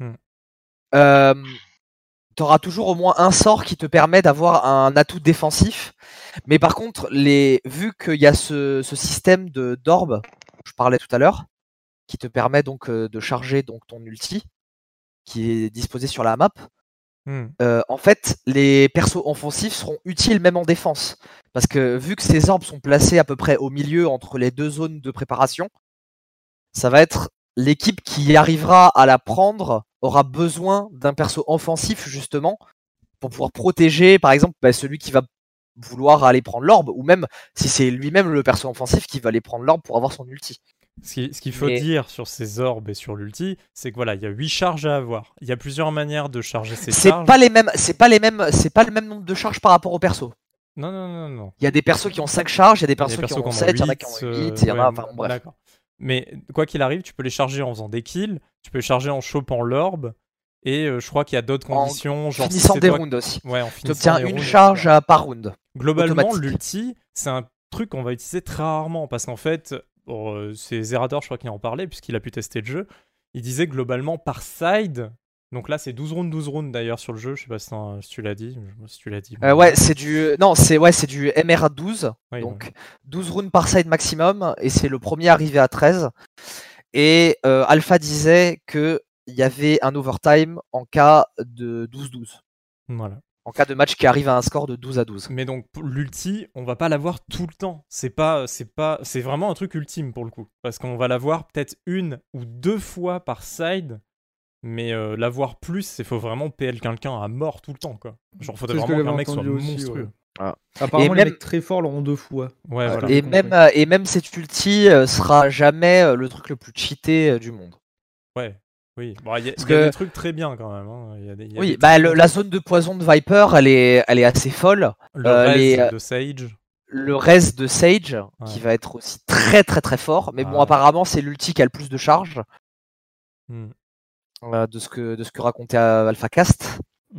Tu auras toujours au moins un sort qui te permet d'avoir un atout défensif. Mais par contre, vu qu'il y a ce système d'orbe, je parlais tout à l'heure, qui te permet donc de charger donc ton ulti, qui est disposé sur la map. En fait, les persos offensifs seront utiles même en défense. Parce que vu que ces orbes sont placés à peu près au milieu entre les deux zones de préparation, ça va être l'équipe qui arrivera à la prendre aura besoin d'un perso offensif justement pour pouvoir protéger par exemple celui qui va vouloir aller prendre l'orbe, ou même si c'est lui-même le perso offensif qui va aller prendre l'orbe pour avoir son ulti. Ce qu'il faut dire sur ces orbes et sur l'ulti, c'est que voilà, il y a 8 charges à avoir. Il y a plusieurs manières de charger ces charges. C'est pas le même nombre de charges par rapport au perso. Non. Il y a des persos qui ont 5 charges, il y a des persos qui ont 7, il y en a qui ont 8, il y en a, enfin bref. D'accord. Mais quoi qu'il arrive, tu peux les charger en faisant des kills, tu peux les charger en chopant l'orbe, et je crois qu'il y a d'autres conditions. En finissant des rounds aussi. Ouais, en finissant tu obtiens une charge par round. Globalement, l'ulti, c'est un truc qu'on va utiliser très rarement, parce qu'en fait, c'est Zerator, je crois qu'il en parlait, puisqu'il a pu tester le jeu. Il disait globalement par side. Donc là, c'est 12 rounds d'ailleurs sur le jeu. Je sais pas si tu l'as dit. Si tu l'as dit. Ouais, c'est du MR12. Oui, donc 12 rounds par side maximum. Et c'est le premier arrivé à 13. Et Alpha disait qu'il y avait un overtime en cas de 12-12. Voilà. En cas de match qui arrive à un score de 12-12. Mais donc l'ulti, on va pas l'avoir tout le temps. C'est vraiment un truc ultime pour le coup. Parce qu'on va l'avoir peut-être 1 ou 2 fois par side. Mais l'avoir plus, il faut vraiment PL quelqu'un à mort tout le temps, quoi. Genre, faudrait vraiment qu'un mec soit monstrueux. Apparemment, les mecs très forts l'auront 2 fois. Ouais, voilà. Et même cet ulti sera jamais le truc le plus cheaté du monde. Ouais. Oui, bon, y a des trucs très bien quand même. Hein. Oui, la zone de poison de Viper, elle est assez folle. Le res de Sage. Le res de Sage, qui va être aussi très très très fort. Mais bon, apparemment, c'est l'ulti qui a le plus de charge. De ce que racontait AlphaCast.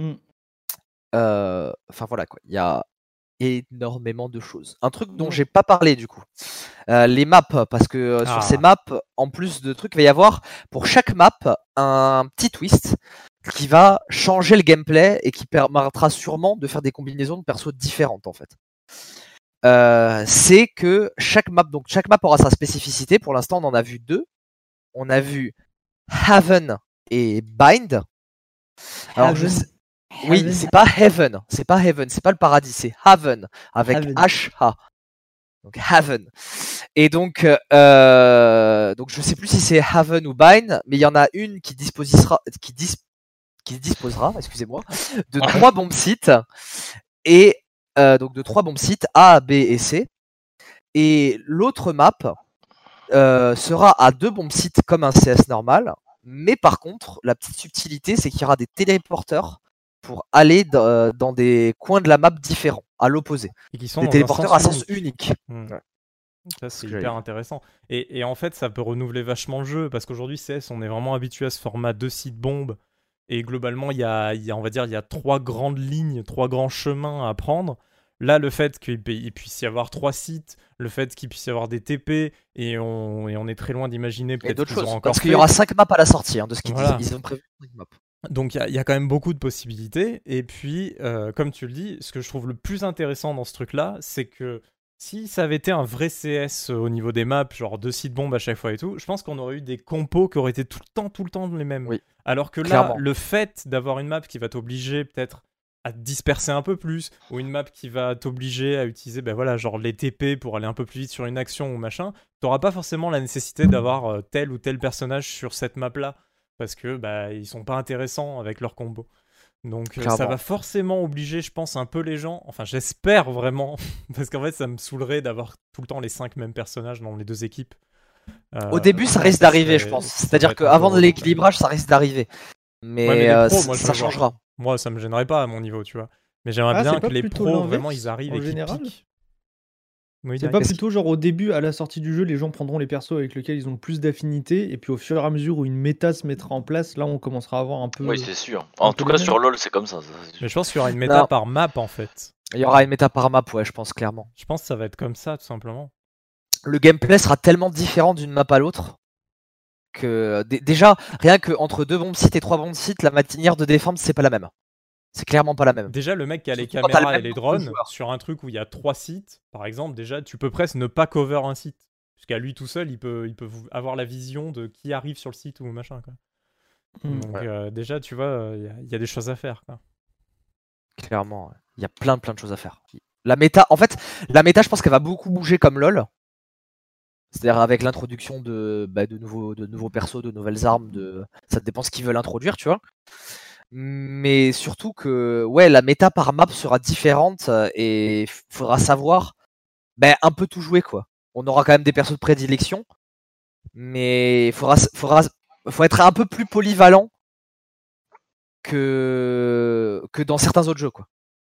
Enfin voilà quoi, il y a énormément de choses. Un truc dont j'ai pas parlé du coup, les maps, parce que sur ces maps, en plus de trucs, il va y avoir pour chaque map un petit twist qui va changer le gameplay et qui permettra sûrement de faire des combinaisons de persos différentes en fait. C'est que chaque map aura sa spécificité. Pour l'instant, on en a vu 2. On a vu Haven et Bind. Alors oui, c'est pas Heaven, c'est pas le paradis, c'est Haven avec H-A. Donc Haven. Et donc je sais plus si c'est Haven ou Bind, mais il y en a une qui disposera, excusez-moi, de 3 bombes sites et donc de 3 bombes sites A, B et C. Et l'autre map sera à 2 bombes sites comme un CS normal, mais par contre, la petite subtilité, c'est qu'il y aura des téléporteurs pour aller dans des coins de la map différents, à l'opposé. Et qui sont des téléporteurs à sens unique. Ouais. Ça, c'est hyper intéressant. Et en fait, ça peut renouveler vachement le jeu, parce qu'aujourd'hui, CS, on est vraiment habitué à ce format 2 sites bombes, et globalement, il y a 3 grandes lignes, 3 grands chemins à prendre. Là, le fait qu'il puisse y avoir 3 sites, le fait qu'il puisse y avoir des TP, et on est très loin d'imaginer peut-être d'autres choses. Parce qu'il y aura 5 maps à la sortie, de ce qu'ils disent. Ils ont prévu 5 maps. Donc il y a quand même beaucoup de possibilités. Et puis, comme tu le dis, ce que je trouve le plus intéressant dans ce truc-là, c'est que si ça avait été un vrai CS au niveau des maps, genre 2 sites bombes à chaque fois et tout, je pense qu'on aurait eu des compos qui auraient été tout le temps les mêmes. Oui, alors que clairement. Là, le fait d'avoir une map qui va t'obliger peut-être à te disperser un peu plus, ou une map qui va t'obliger à utiliser genre les TP pour aller un peu plus vite sur une action ou machin, t'auras pas forcément la nécessité d'avoir tel ou tel personnage sur cette map-là, parce que ils sont pas intéressants avec leur combo. Donc ça va forcément obliger, je pense, un peu les gens, enfin j'espère vraiment, parce qu'en fait ça me saoulerait d'avoir tout le temps les 5 mêmes personnages dans les 2 équipes. Au début ça risque d'arriver, je pense. C'est-à-dire qu'avant de l'équilibrage ça risque d'arriver. Mais ça changera. Moi ça me gênerait pas à mon niveau, tu vois. Mais j'aimerais bien que les pros vraiment ils arrivent et qu'ils piquent. Oui, c'est pas plutôt genre au début, à la sortie du jeu, les gens prendront les persos avec lesquels ils ont le plus d'affinité, et puis au fur et à mesure où une méta se mettra en place, là on commencera à avoir un peu. Oui, c'est sûr. En tout cas, sur LoL, c'est comme ça. Mais je pense qu'il y aura une méta par map en fait. Il y aura une méta par map, ouais, je pense clairement. Je pense que ça va être comme ça, tout simplement. Le gameplay sera tellement différent d'une map à l'autre que déjà, rien que entre 2 bombes sites et 3 bombes sites, la manière de défendre, c'est pas la même. C'est clairement pas la même. Déjà, le mec qui a les caméras et les drones, sur un truc où il y a 3 sites, par exemple, déjà, tu peux presque ne pas cover un site. Parce qu'à lui tout seul, il peut avoir la vision de qui arrive sur le site ou machin, quoi. Donc déjà, tu vois, il y a des choses à faire, quoi. Clairement, il y a plein de choses à faire. La méta, je pense qu'elle va beaucoup bouger comme LoL. C'est-à-dire avec l'introduction de nouveaux persos, de nouvelles armes, ça dépend ce qu'ils veulent introduire, tu vois. Mais surtout que la méta par map sera différente et il faudra savoir un peu tout jouer, quoi. On aura quand même des persos de prédilection, mais faut être un peu plus polyvalent que dans certains autres jeux, quoi.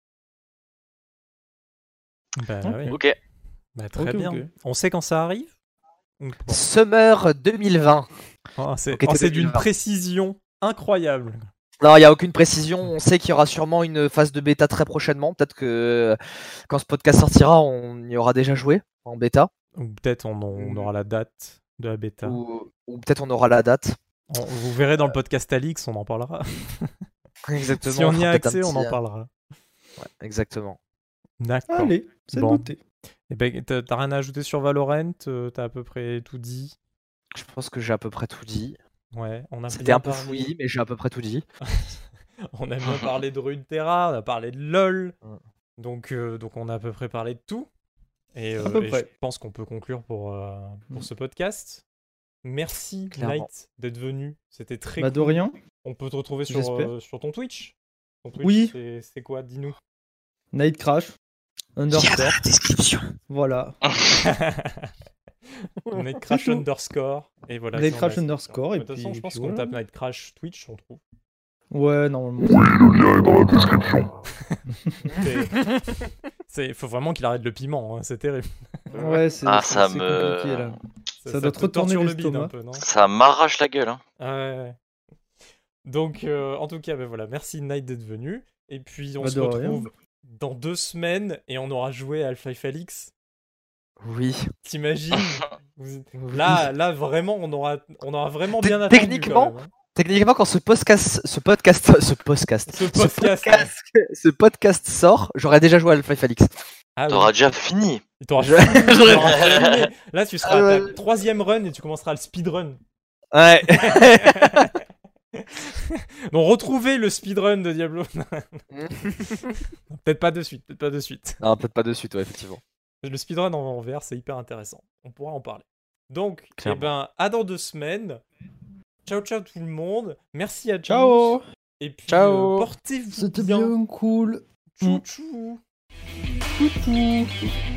Oui. Ok. Très bien. Okay. On sait quand ça arrive ? Bon. Summer 2020. C'est d'une précision incroyable. Non, il n'y a aucune précision. On sait qu'il y aura sûrement une phase de bêta très prochainement. Peut-être que quand ce podcast sortira, on y aura déjà joué en bêta. Ou peut-être on aura la date de la bêta. Ou peut-être on aura la date. Vous verrez dans le podcast Alix, on en parlera. Exactement. Si on y a accès, on en parlera. Ouais, exactement. D'accord. Allez, c'est noté. T'as rien à ajouter sur Valorant ? T'as à peu près tout dit ? Je pense que j'ai à peu près tout dit. Ouais, c'était un peu fouillis, mais j'ai à peu près tout dit. On a bien parlé de Runeterra, on a parlé de LoL, donc on a à peu près parlé de tout. Et je pense qu'on peut conclure pour ce podcast. Merci Knight d'être venu, c'était très cool. De rien. On peut te retrouver sur ton Twitch. Ton Twitch, oui. C'est quoi, dis-nous. Nightcrash. Il y a dans la description. Voilà. Nightcrash underscore. Et voilà. Nightcrash underscore. Et de toute façon, je pense qu'on voilà. tape Nightcrash Twitch, on trouve. Ouais, normalement. Oui, le lien est dans la description. Il faut vraiment qu'il arrête le piment, hein, c'est terrible. Ouais, c'est compliqué là. Ça doit te retourner l'estomac. Ça m'arrache la gueule. Hein. Ouais. Donc, en tout cas, ben voilà, merci Night d'être venu. Et puis, on se retrouve dans 2 semaines et on aura joué à Half-Life Alyx. Oui. T'imagines? Là, vraiment, on aura vraiment bien attendu. Techniquement, quand ce podcast sort, j'aurais déjà joué à Half-Life Alyx. T'auras déjà fini. Fini. Là, tu seras à ta 3e run et tu commenceras le speedrun. Ouais. Donc, retrouvez le speedrun de Diablo. Peut-être pas de suite. Non, peut-être pas de suite, ouais, effectivement. Le speedrun en VR, c'est hyper intéressant. On pourra en parler. Donc, à dans 2 semaines. Ciao tout le monde. Merci à tous. Et puis, portez-vous bien. C'était bien cool. Chou.